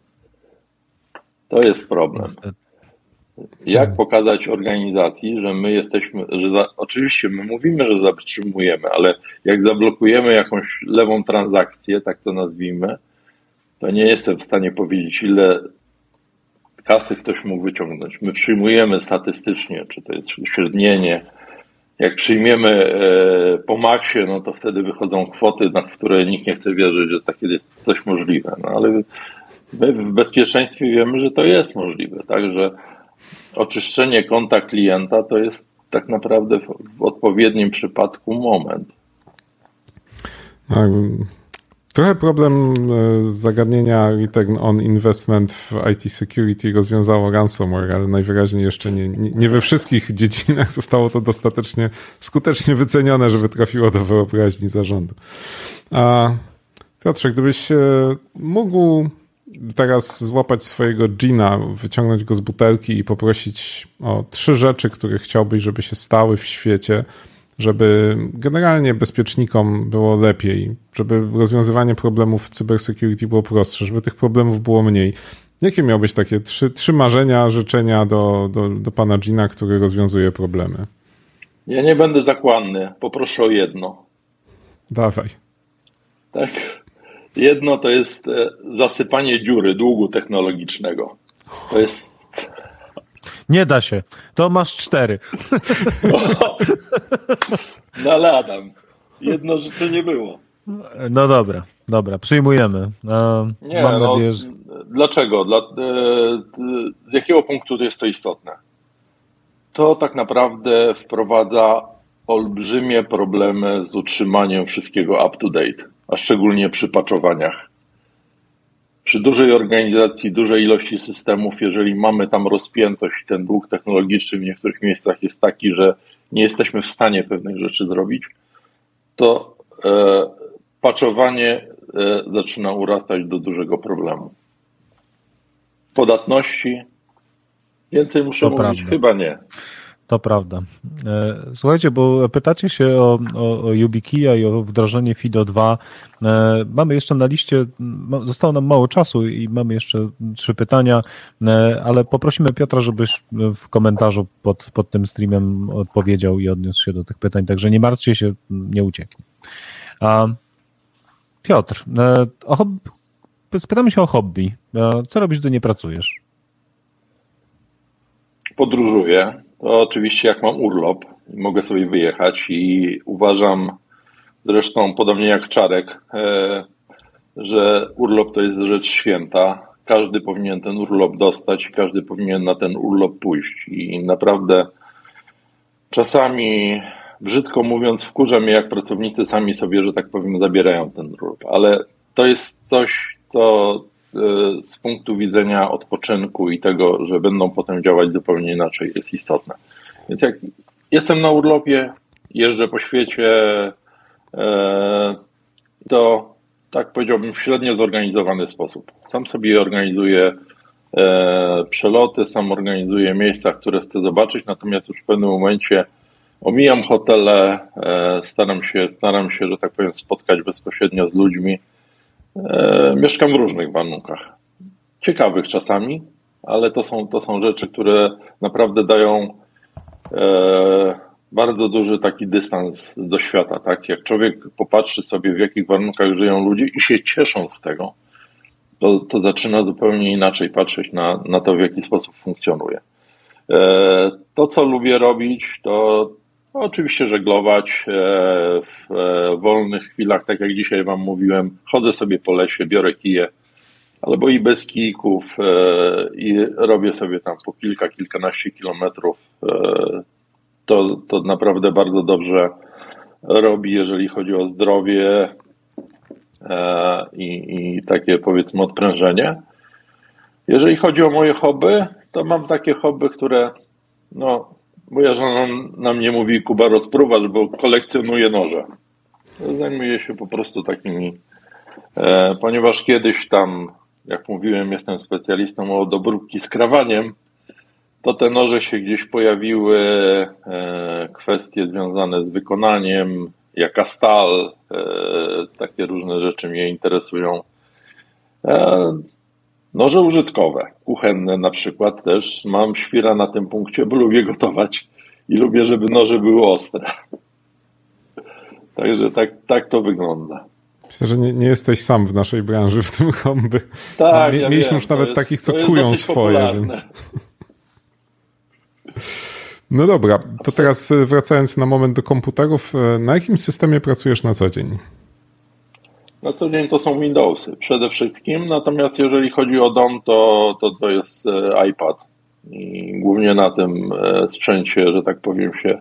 To jest problem. Jak pokazać organizacji, że my jesteśmy, że za, oczywiście my mówimy, że zatrzymujemy, ale jak zablokujemy jakąś lewą transakcję, tak to nazwijmy, to nie jestem w stanie powiedzieć, ile kasy ktoś mógł wyciągnąć. My przyjmujemy statystycznie, czy to jest średnienie. Jak przyjmiemy e, po maksie, no to wtedy wychodzą kwoty, na które nikt nie chce wierzyć, że takie jest coś możliwe. No ale my w bezpieczeństwie wiemy, że to jest możliwe. Także oczyszczenie konta klienta to jest tak naprawdę w, w odpowiednim przypadku moment.
Tak. Trochę problem zagadnienia Return on Investment w I T Security rozwiązało ransomware, ale najwyraźniej jeszcze nie, nie we wszystkich dziedzinach zostało to dostatecznie skutecznie wycenione, żeby trafiło do wyobraźni zarządu. A Piotrze, gdybyś mógł teraz złapać swojego dżina, wyciągnąć go z butelki i poprosić o trzy rzeczy, które chciałbyś, żeby się stały w świecie, żeby generalnie bezpiecznikom było lepiej, żeby rozwiązywanie problemów w cybersecurity było prostsze, żeby tych problemów było mniej. Jakie miałbyś takie trzy, trzy marzenia, życzenia do, do, do pana Gina, który rozwiązuje problemy?
Ja nie będę zakłanny, poproszę o jedno.
Dawaj.
Tak. Jedno to jest zasypanie dziury długu technologicznego. To jest...
Nie da się. To masz cztery.
No ale Adam, jedno życzenie było.
No dobra, dobra, przyjmujemy.
Nie,
Mam
no,
nadzieję, że...
Dlaczego? Dla, z jakiego punktu jest to istotne? To tak naprawdę wprowadza olbrzymie problemy z utrzymaniem wszystkiego up to date, a szczególnie przy patchowaniach. Przy dużej organizacji, dużej ilości systemów, jeżeli mamy tam rozpiętość i ten dług technologiczny w niektórych miejscach jest taki, że nie jesteśmy w stanie pewnych rzeczy zrobić, to e, patchowanie e, zaczyna urastać do dużego problemu. Podatności? Więcej muszę
To
mówić?
prawda.
Chyba nie.
To prawda. Słuchajcie, bo pytacie się o, o, o YubiKeya i o wdrożenie FIDO dwa. Mamy jeszcze na liście, zostało nam mało czasu i mamy jeszcze trzy pytania, ale poprosimy Piotra, żebyś w komentarzu pod, pod tym streamem odpowiedział i odniósł się do tych pytań, także nie martwcie się, nie ucieknie. A Piotr, o hobby, spytamy się o hobby. Co robisz, gdy nie pracujesz?
Podróżuję. To oczywiście jak mam urlop, mogę sobie wyjechać i uważam, zresztą podobnie jak Czarek, że urlop to jest rzecz święta. Każdy powinien ten urlop dostać, każdy powinien na ten urlop pójść i naprawdę czasami, brzydko mówiąc, wkurza mnie, jak pracownicy sami sobie, że tak powiem, zabierają ten urlop, ale to jest coś, co z punktu widzenia odpoczynku i tego, że będą potem działać zupełnie inaczej, jest istotne. Więc jak jestem na urlopie, jeżdżę po świecie, to tak powiedziałbym w średnio zorganizowany sposób. Sam sobie organizuję przeloty, sam organizuję miejsca, które chcę zobaczyć, natomiast już w pewnym momencie omijam hotele, staram się, staram się, że tak powiem, spotkać bezpośrednio z ludźmi. Mieszkam w różnych warunkach. Ciekawych czasami, ale to są, to są rzeczy, które naprawdę dają e, bardzo duży taki dystans do świata. Tak? Jak człowiek popatrzy sobie, w jakich warunkach żyją ludzie i się cieszą z tego, to, to zaczyna zupełnie inaczej patrzeć na, na to, w jaki sposób funkcjonuje. E, to, co lubię robić, to no, oczywiście żeglować w wolnych chwilach, tak jak dzisiaj wam mówiłem, chodzę sobie po lesie, biorę kije, albo i bez kijków i robię sobie tam po kilka, kilkanaście kilometrów. To, to naprawdę bardzo dobrze robi, jeżeli chodzi o zdrowie i, i takie, powiedzmy, odprężenie. Jeżeli chodzi o moje hobby, to mam takie hobby, które no moja żona na mnie mówi: Kuba, rozpruwasz, bo kolekcjonuję noże. Zajmuję się po prostu takimi, e, ponieważ kiedyś tam, jak mówiłem, jestem specjalistą od obróbki skrawaniem, to te noże się gdzieś pojawiły, e, kwestie związane z wykonaniem jaka stal, takie różne rzeczy mnie interesują. Noże użytkowe, kuchenne na przykład też. Mam świra na tym punkcie, bo lubię gotować i lubię, żeby noże były ostre. Także tak, tak to wygląda.
Myślę, że nie, nie jesteś sam w naszej branży w tym hobby.
Tak,
Mie-
ja
Mieliśmy
wiem,
już nawet
jest,
takich, co
to
kują swoje, popularne. Więc... No dobra, to teraz wracając na moment do komputerów, na jakim systemie pracujesz na co dzień?
Na co dzień to są Windowsy przede wszystkim, natomiast jeżeli chodzi o dom, to to, to jest iPad i głównie na tym sprzęcie, że tak powiem, się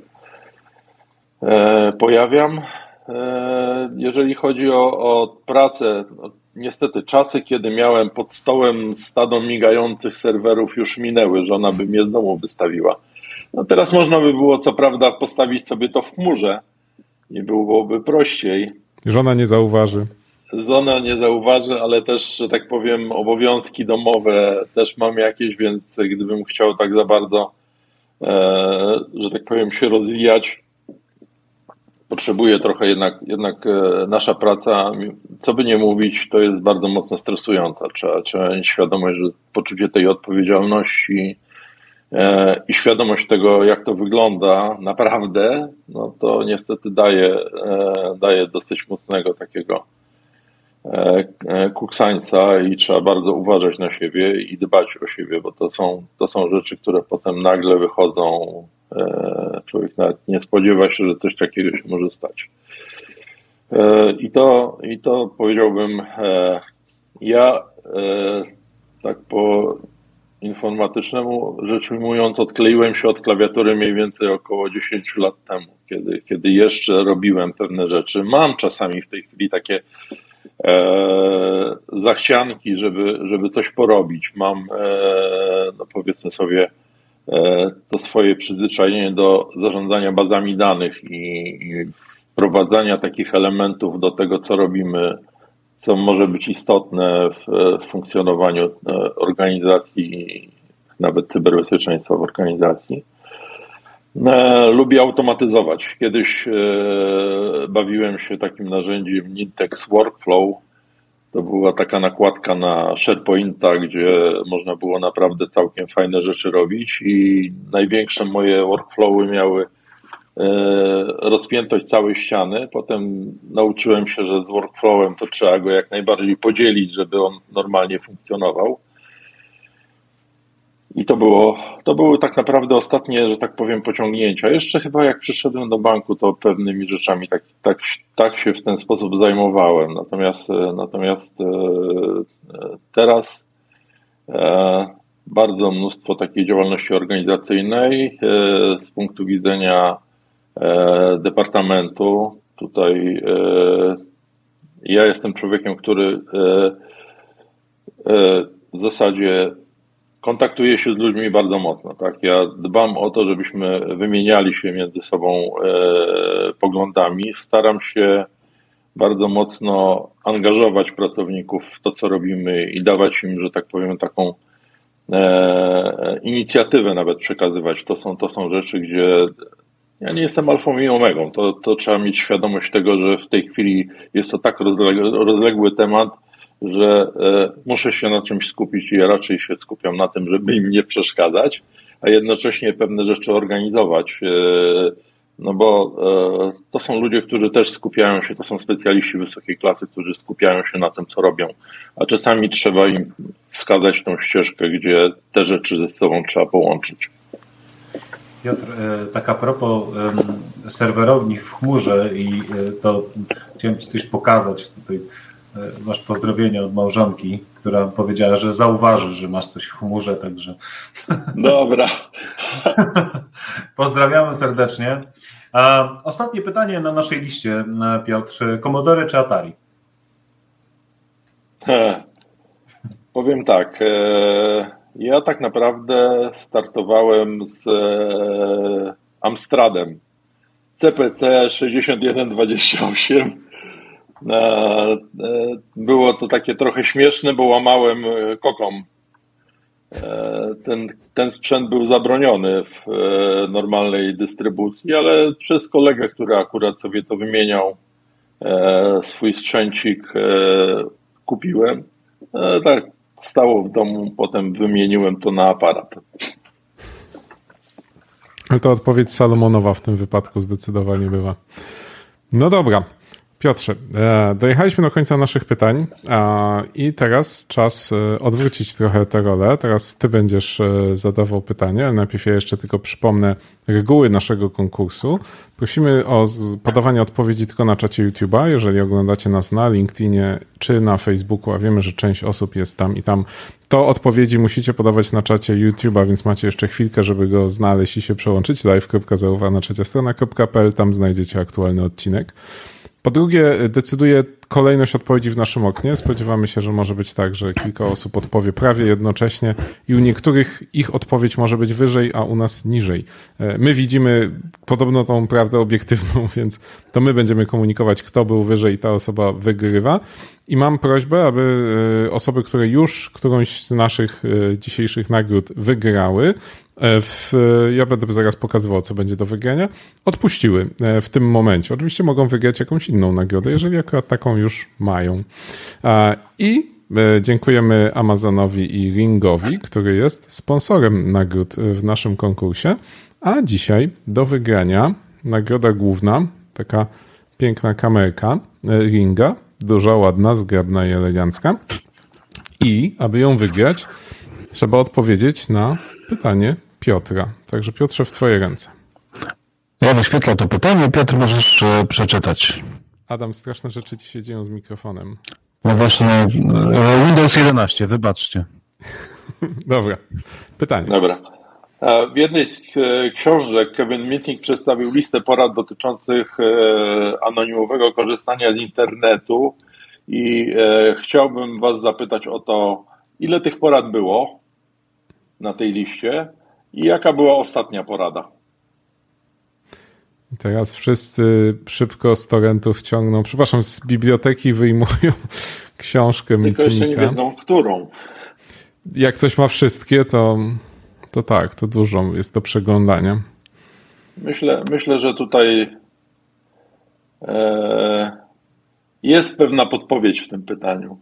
pojawiam. Jeżeli chodzi o, o pracę, no, niestety czasy, kiedy miałem pod stołem stado migających serwerów już minęły, żona by mnie z domu wystawiła. No teraz można by było co prawda postawić sobie to w chmurze i byłoby prościej.
Żona nie zauważy.
Żona nie zauważy, ale też, że tak powiem, obowiązki domowe też mam jakieś, więc gdybym chciał tak za bardzo, e, że tak powiem, się rozwijać, potrzebuję trochę jednak, jednak nasza praca, co by nie mówić, to jest bardzo mocno stresująca. Trzeba, trzeba mieć świadomość, że poczucie tej odpowiedzialności e, i świadomość tego, jak to wygląda naprawdę, no to niestety daje, e, daje dosyć mocnego takiego e, e, kuksańca i trzeba bardzo uważać na siebie i dbać o siebie, bo to są, to są rzeczy, które potem nagle wychodzą. Człowiek nawet nie spodziewa się, że coś takiego się może stać. I to, i to powiedziałbym, ja tak po informatycznemu rzecz ujmując, odkleiłem się od klawiatury mniej więcej około dziesięć lat temu, kiedy, kiedy jeszcze robiłem pewne rzeczy. Mam czasami w tej chwili takie e, zachcianki, żeby, żeby coś porobić. Mam, e, no powiedzmy sobie, to swoje przyzwyczajenie do zarządzania bazami danych i, i wprowadzania takich elementów do tego, co robimy, co może być istotne w, w funkcjonowaniu organizacji, nawet cyberbezpieczeństwa w organizacji. Lubię automatyzować. Kiedyś bawiłem się takim narzędziem Nintex Workflow. To była taka nakładka na SharePointa, gdzie można było naprawdę całkiem fajne rzeczy robić i największe moje workflowy miały rozpiętość całej ściany. Potem nauczyłem się, że z workflowem to trzeba go jak najbardziej podzielić, żeby on normalnie funkcjonował. I to było, to były tak naprawdę ostatnie, że tak powiem, pociągnięcia. Jeszcze chyba jak przyszedłem do banku, to pewnymi rzeczami tak, tak, tak się w ten sposób zajmowałem. Natomiast, natomiast teraz bardzo mnóstwo takiej działalności organizacyjnej z punktu widzenia departamentu. Tutaj ja jestem człowiekiem, który w zasadzie kontaktuję się z ludźmi bardzo mocno. Tak? Ja dbam o to, żebyśmy wymieniali się między sobą e, poglądami. Staram się bardzo mocno angażować pracowników w to, co robimy i dawać im, że tak powiem, taką e, inicjatywę nawet przekazywać. To są, to są rzeczy, gdzie ja nie jestem alfą i omegą. To, to trzeba mieć świadomość tego, że w tej chwili jest to tak rozległy, rozległy temat, że e, muszę się na czymś skupić i ja raczej się skupiam na tym, żeby im nie przeszkadzać, a jednocześnie pewne rzeczy organizować, e, no bo e, to są ludzie, którzy też skupiają się, to są specjaliści wysokiej klasy, którzy skupiają się na tym, co robią, a czasami trzeba im wskazać tą ścieżkę, gdzie te rzeczy ze sobą trzeba połączyć.
Piotr, tak a propos serwerowni w chmurze i to chciałem Ci coś pokazać tutaj. Masz pozdrowienia od małżonki, która powiedziała, że zauważy, że masz coś w chmurze, także...
Dobra.
Pozdrawiamy serdecznie. A ostatnie pytanie na naszej liście, Piotr. Commodore czy Atari?
He, powiem tak. E, ja tak naprawdę startowałem z e, Amstradem. C P C sześćdziesiąt jeden dwadzieścia osiem. Było to takie trochę śmieszne, bo łamałem kokom ten, ten sprzęt był zabroniony w normalnej dystrybucji, ale przez kolegę, który akurat sobie to wymieniał, swój sprzęcik kupiłem. Tak stało w domu, potem wymieniłem to na aparat.
Ale to odpowiedź Salomonowa w tym wypadku zdecydowanie bywa. No dobra. Piotrze, dojechaliśmy do końca naszych pytań i teraz czas odwrócić trochę tę rolę. Teraz ty będziesz zadawał pytanie, ale najpierw ja jeszcze tylko przypomnę reguły naszego konkursu. Prosimy o podawanie odpowiedzi tylko na czacie YouTube'a, jeżeli oglądacie nas na LinkedInie czy na Facebooku, a wiemy, że część osób jest tam i tam, to odpowiedzi musicie podawać na czacie YouTube'a, więc macie jeszcze chwilkę, żeby go znaleźć i się przełączyć. live kropka zaufa trzecia strona kropka p l, tam znajdziecie aktualny odcinek. Po drugie, decyduje kolejność odpowiedzi w naszym oknie. Spodziewamy się, że może być tak, że kilka osób odpowie prawie jednocześnie i u niektórych ich odpowiedź może być wyżej, a u nas niżej. My widzimy podobno tą prawdę obiektywną, więc to my będziemy komunikować, kto był wyżej i ta osoba wygrywa. I mam prośbę, aby osoby, które już którąś z naszych dzisiejszych nagród wygrały, w, ja będę zaraz pokazywał, co będzie do wygrania, odpuściły w tym momencie. Oczywiście mogą wygrać jakąś inną nagrodę, jeżeli akurat taką już mają. I dziękujemy Amazonowi i Ringowi, który jest sponsorem nagród w naszym konkursie. A dzisiaj do wygrania nagroda główna, taka piękna kamerka Ringa, duża, ładna, zgrabna i elegancka. I aby ją wygrać, trzeba odpowiedzieć na pytanie Piotra. Także Piotrze, w twoje ręce.
Ja wyświetlę to pytanie. Piotr, możesz e, przeczytać.
Adam, straszne rzeczy ci się dzieją z mikrofonem.
No właśnie, e,
Windows jedenaście, wybaczcie.
Dobra, pytanie.
Dobra. W jednej z książek Kevin Mitnick przedstawił listę porad dotyczących anonimowego korzystania z internetu i chciałbym was zapytać o to, ile tych porad było na tej liście i jaka była ostatnia porada?
Teraz wszyscy szybko z torrentów ciągną, przepraszam, z biblioteki wyjmują książkę Mitnicka.
Tylko jeszcze nie wiedzą, którą.
Jak ktoś ma wszystkie, to, to tak, to dużo jest do przeglądania.
Myślę, myślę, że tutaj e, jest pewna podpowiedź w tym pytaniu.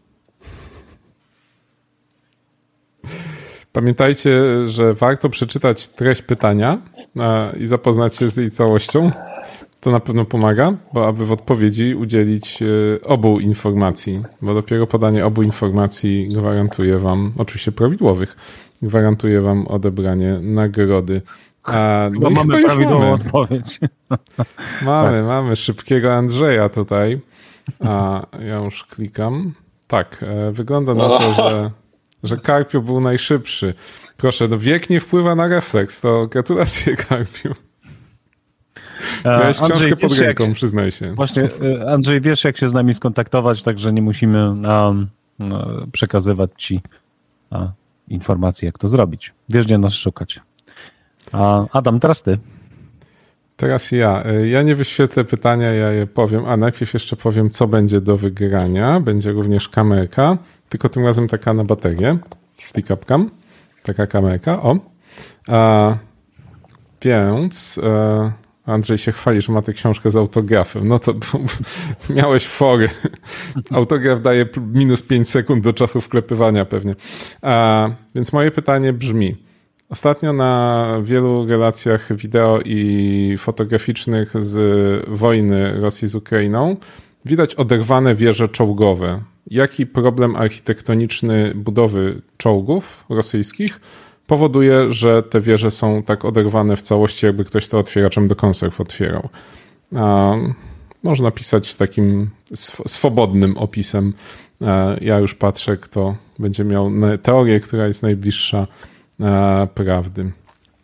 Pamiętajcie, że warto przeczytać treść pytania i zapoznać się z jej całością. To na pewno pomaga, bo aby w odpowiedzi udzielić obu informacji, bo dopiero podanie obu informacji gwarantuje wam, oczywiście prawidłowych, gwarantuje wam odebranie nagrody. A, no
bo mamy prawidłową
mamy.
odpowiedź.
Mamy, tak. mamy szybkiego Andrzeja tutaj. A ja już klikam. Tak, wygląda na to, że że Karpiu był najszybszy. Proszę, no wiek nie wpływa na refleks, to gratulacje, Karpiu. Miałeś książkę
Andrzej,
pod
wiesz,
ręką,
jak,
przyznaj się.
Właśnie, Andrzej, wiesz, jak się z nami skontaktować, także nie musimy um, przekazywać ci uh, informacji, jak to zrobić. Wiesz, gdzie nas szukać. Uh, Adam, teraz ty.
Teraz ja. Ja nie wyświetlę pytania, ja je powiem, a najpierw jeszcze powiem, co będzie do wygrania. Będzie również kamerka, tylko tym razem taka na baterię. Stick-up cam. Taka kamerka, o. A, więc e, Andrzej się chwali, że ma tę książkę z autografem. No to miałeś fory. Autograf daje minus pięć sekund do czasu wklepywania pewnie. A, więc moje pytanie brzmi. Ostatnio na wielu relacjach wideo i fotograficznych z wojny Rosji z Ukrainą widać oderwane wieże czołgowe. Jaki problem architektoniczny budowy czołgów rosyjskich powoduje, że te wieże są tak oderwane w całości, jakby ktoś to otwieraczem do konserw otwierał? A można pisać takim swobodnym opisem. Ja już patrzę, kto będzie miał teorię, która jest najbliższa prawdy.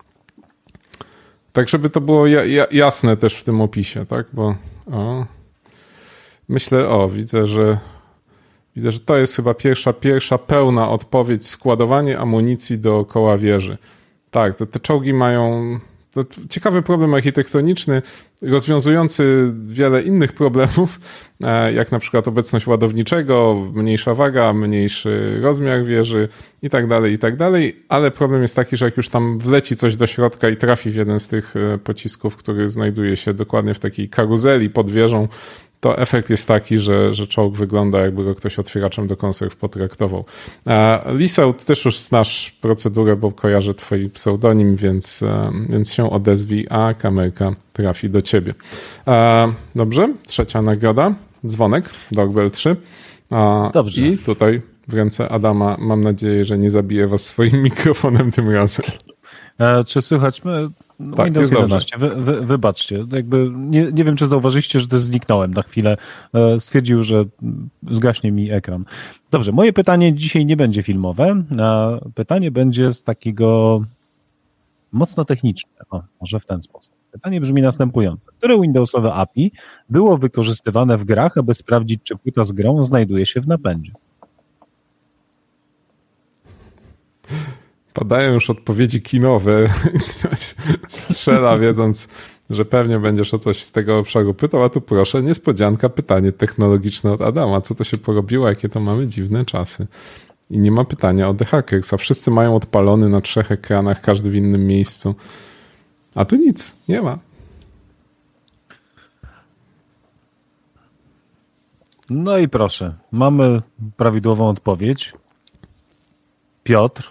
Tak, żeby to było jasne też w tym opisie, tak? Bo o, myślę, o, widzę, że widzę, że to jest chyba pierwsza, pierwsza pełna odpowiedź. Składowanie amunicji dookoła wieży. Tak, te, te czołgi mają To ciekawy problem architektoniczny, rozwiązujący wiele innych problemów, jak na przykład obecność ładowniczego, mniejsza waga, mniejszy rozmiar wieży i tak dalej, i tak dalej, ale problem jest taki, że jak już tam wleci coś do środka i trafi w jeden z tych pocisków, który znajduje się dokładnie w takiej karuzeli pod wieżą, to efekt jest taki, że, że czołg wygląda, jakby go ktoś otwieraczem do konserw potraktował. Liseut, też już znasz procedurę, bo kojarzę twój pseudonim, więc, więc się odezwij, a kamerka trafi do ciebie. Dobrze, trzecia nagroda, dzwonek, Doorbell trzy.
Dobrze.
I tutaj w ręce Adama, mam nadzieję, że nie zabije was swoim mikrofonem tym razem.
E, czy słychać? No,
tak,
Windows jedenaście, wy, wy, wybaczcie. Jakby nie, nie wiem, czy zauważyliście, że też zniknąłem na chwilę. E, stwierdził, że zgaśnie mi ekran. Dobrze, moje pytanie dzisiaj nie będzie filmowe, a pytanie będzie z takiego mocno technicznego. O, może w ten sposób. Pytanie brzmi następujące. Które Windowsowe A P I było wykorzystywane w grach, aby sprawdzić, czy płyta z grą znajduje się w napędzie?
Padają już odpowiedzi kinowe. Ktoś strzela, wiedząc, że pewnie będziesz o coś z tego obszaru pytał, a tu proszę, niespodzianka, pytanie technologiczne od Adama. Co to się porobiło? Jakie to mamy dziwne czasy? I nie ma pytania o The Hackers, a wszyscy mają odpalony na trzech ekranach, każdy w innym miejscu. A tu nic, nie ma.
No i proszę, mamy prawidłową odpowiedź. Piotr.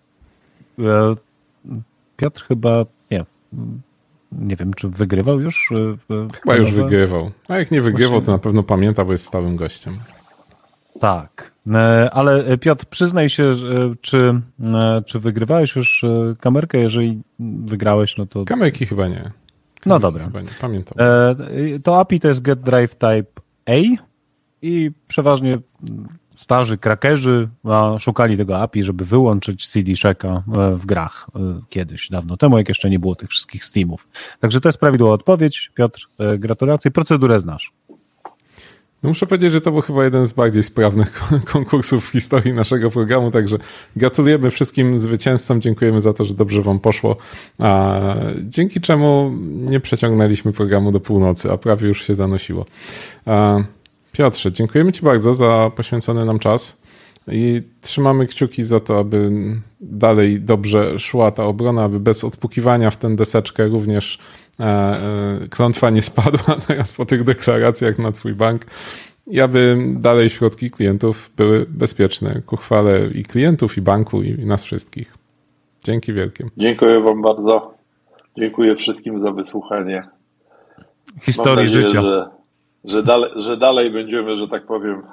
Piotr chyba, nie, nie wiem, czy wygrywał już? W,
chyba już wygrywał. A jak nie wygrywał,
Właśnie...
to na pewno pamięta, bo jest stałym gościem.
Tak, ale Piotr, przyznaj się, czy, czy wygrywałeś już kamerkę? Jeżeli wygrałeś, no to...
Kamerki chyba nie. Kamerki
no dobra.
Chyba nie. Pamiętam.
To A P I to jest Get Drive Type A i przeważnie starzy krakerzy szukali tego A P I, żeby wyłączyć C D Checka w grach kiedyś, dawno temu, jak jeszcze nie było tych wszystkich Steamów. Także to jest prawidłowa odpowiedź. Piotr, gratulacje. Procedurę znasz.
No muszę powiedzieć, że to był chyba jeden z bardziej sprawnych konkursów w historii naszego programu, także gratulujemy wszystkim zwycięzcom, dziękujemy za to, że dobrze wam poszło, a dzięki czemu nie przeciągnęliśmy programu do północy, a prawie już się zanosiło. Piotrze, dziękujemy ci bardzo za poświęcony nam czas i trzymamy kciuki za to, aby dalej dobrze szła ta obrona, aby bez odpukiwania w tę deseczkę również e, e, klątwa nie spadła teraz po tych deklaracjach na twój bank i aby dalej środki klientów były bezpieczne ku chwale i klientów, i banku, i, i nas wszystkich. Dzięki wielkie.
Dziękuję wam bardzo. Dziękuję wszystkim za wysłuchanie.
Historii
Mam nadzieję,
życia.
Że, że, dalej, że dalej będziemy, że tak powiem,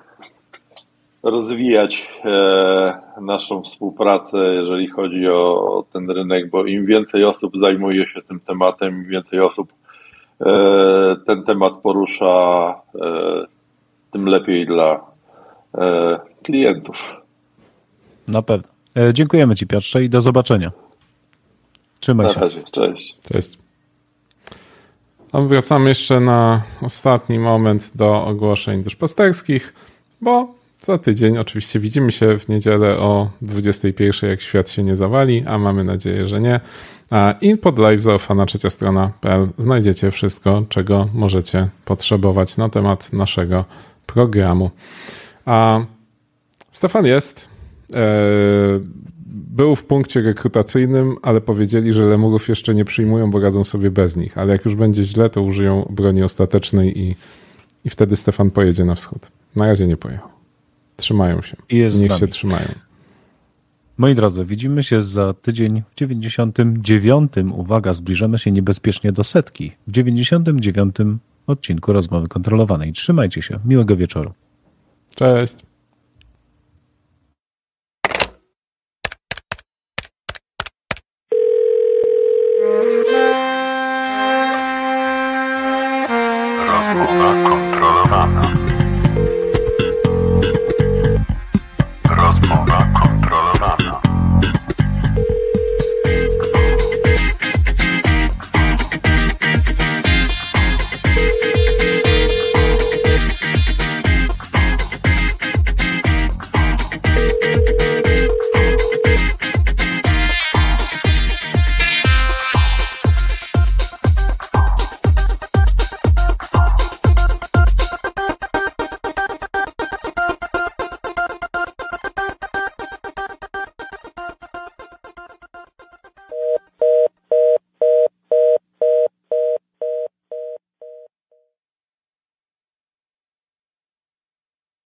rozwijać e, naszą współpracę, jeżeli chodzi o ten rynek, bo im więcej osób zajmuje się tym tematem, im więcej osób e, ten temat porusza, e, tym lepiej dla e, klientów.
Na pewno. E, dziękujemy ci, Piotrze, i do zobaczenia. Trzymaj
Na
się.
razie, cześć.
Cześć. A wracamy jeszcze na ostatni moment do ogłoszeń duszpasterskich, bo za tydzień oczywiście widzimy się w niedzielę o dwudziestej pierwszej, jak świat się nie zawali, a mamy nadzieję, że nie. I pod live zaufana trzecia strona kropka p l znajdziecie wszystko, czego możecie potrzebować na temat naszego programu. A Stefan jest. Był w punkcie rekrutacyjnym, ale powiedzieli, że lemurów jeszcze nie przyjmują, bo radzą sobie bez nich. Ale jak już będzie źle, to użyją broni ostatecznej i, i wtedy Stefan pojedzie na wschód. Na razie nie pojechał. Trzymają się.
I jest
Niech się trzymają.
Moi drodzy, widzimy się za tydzień w dziewięćdziesiątym dziewiątym. Uwaga, zbliżamy się niebezpiecznie do setki. W dziewięćdziesiątym dziewiątym odcinku Rozmowy Kontrolowanej. Trzymajcie się. Miłego wieczoru.
Cześć.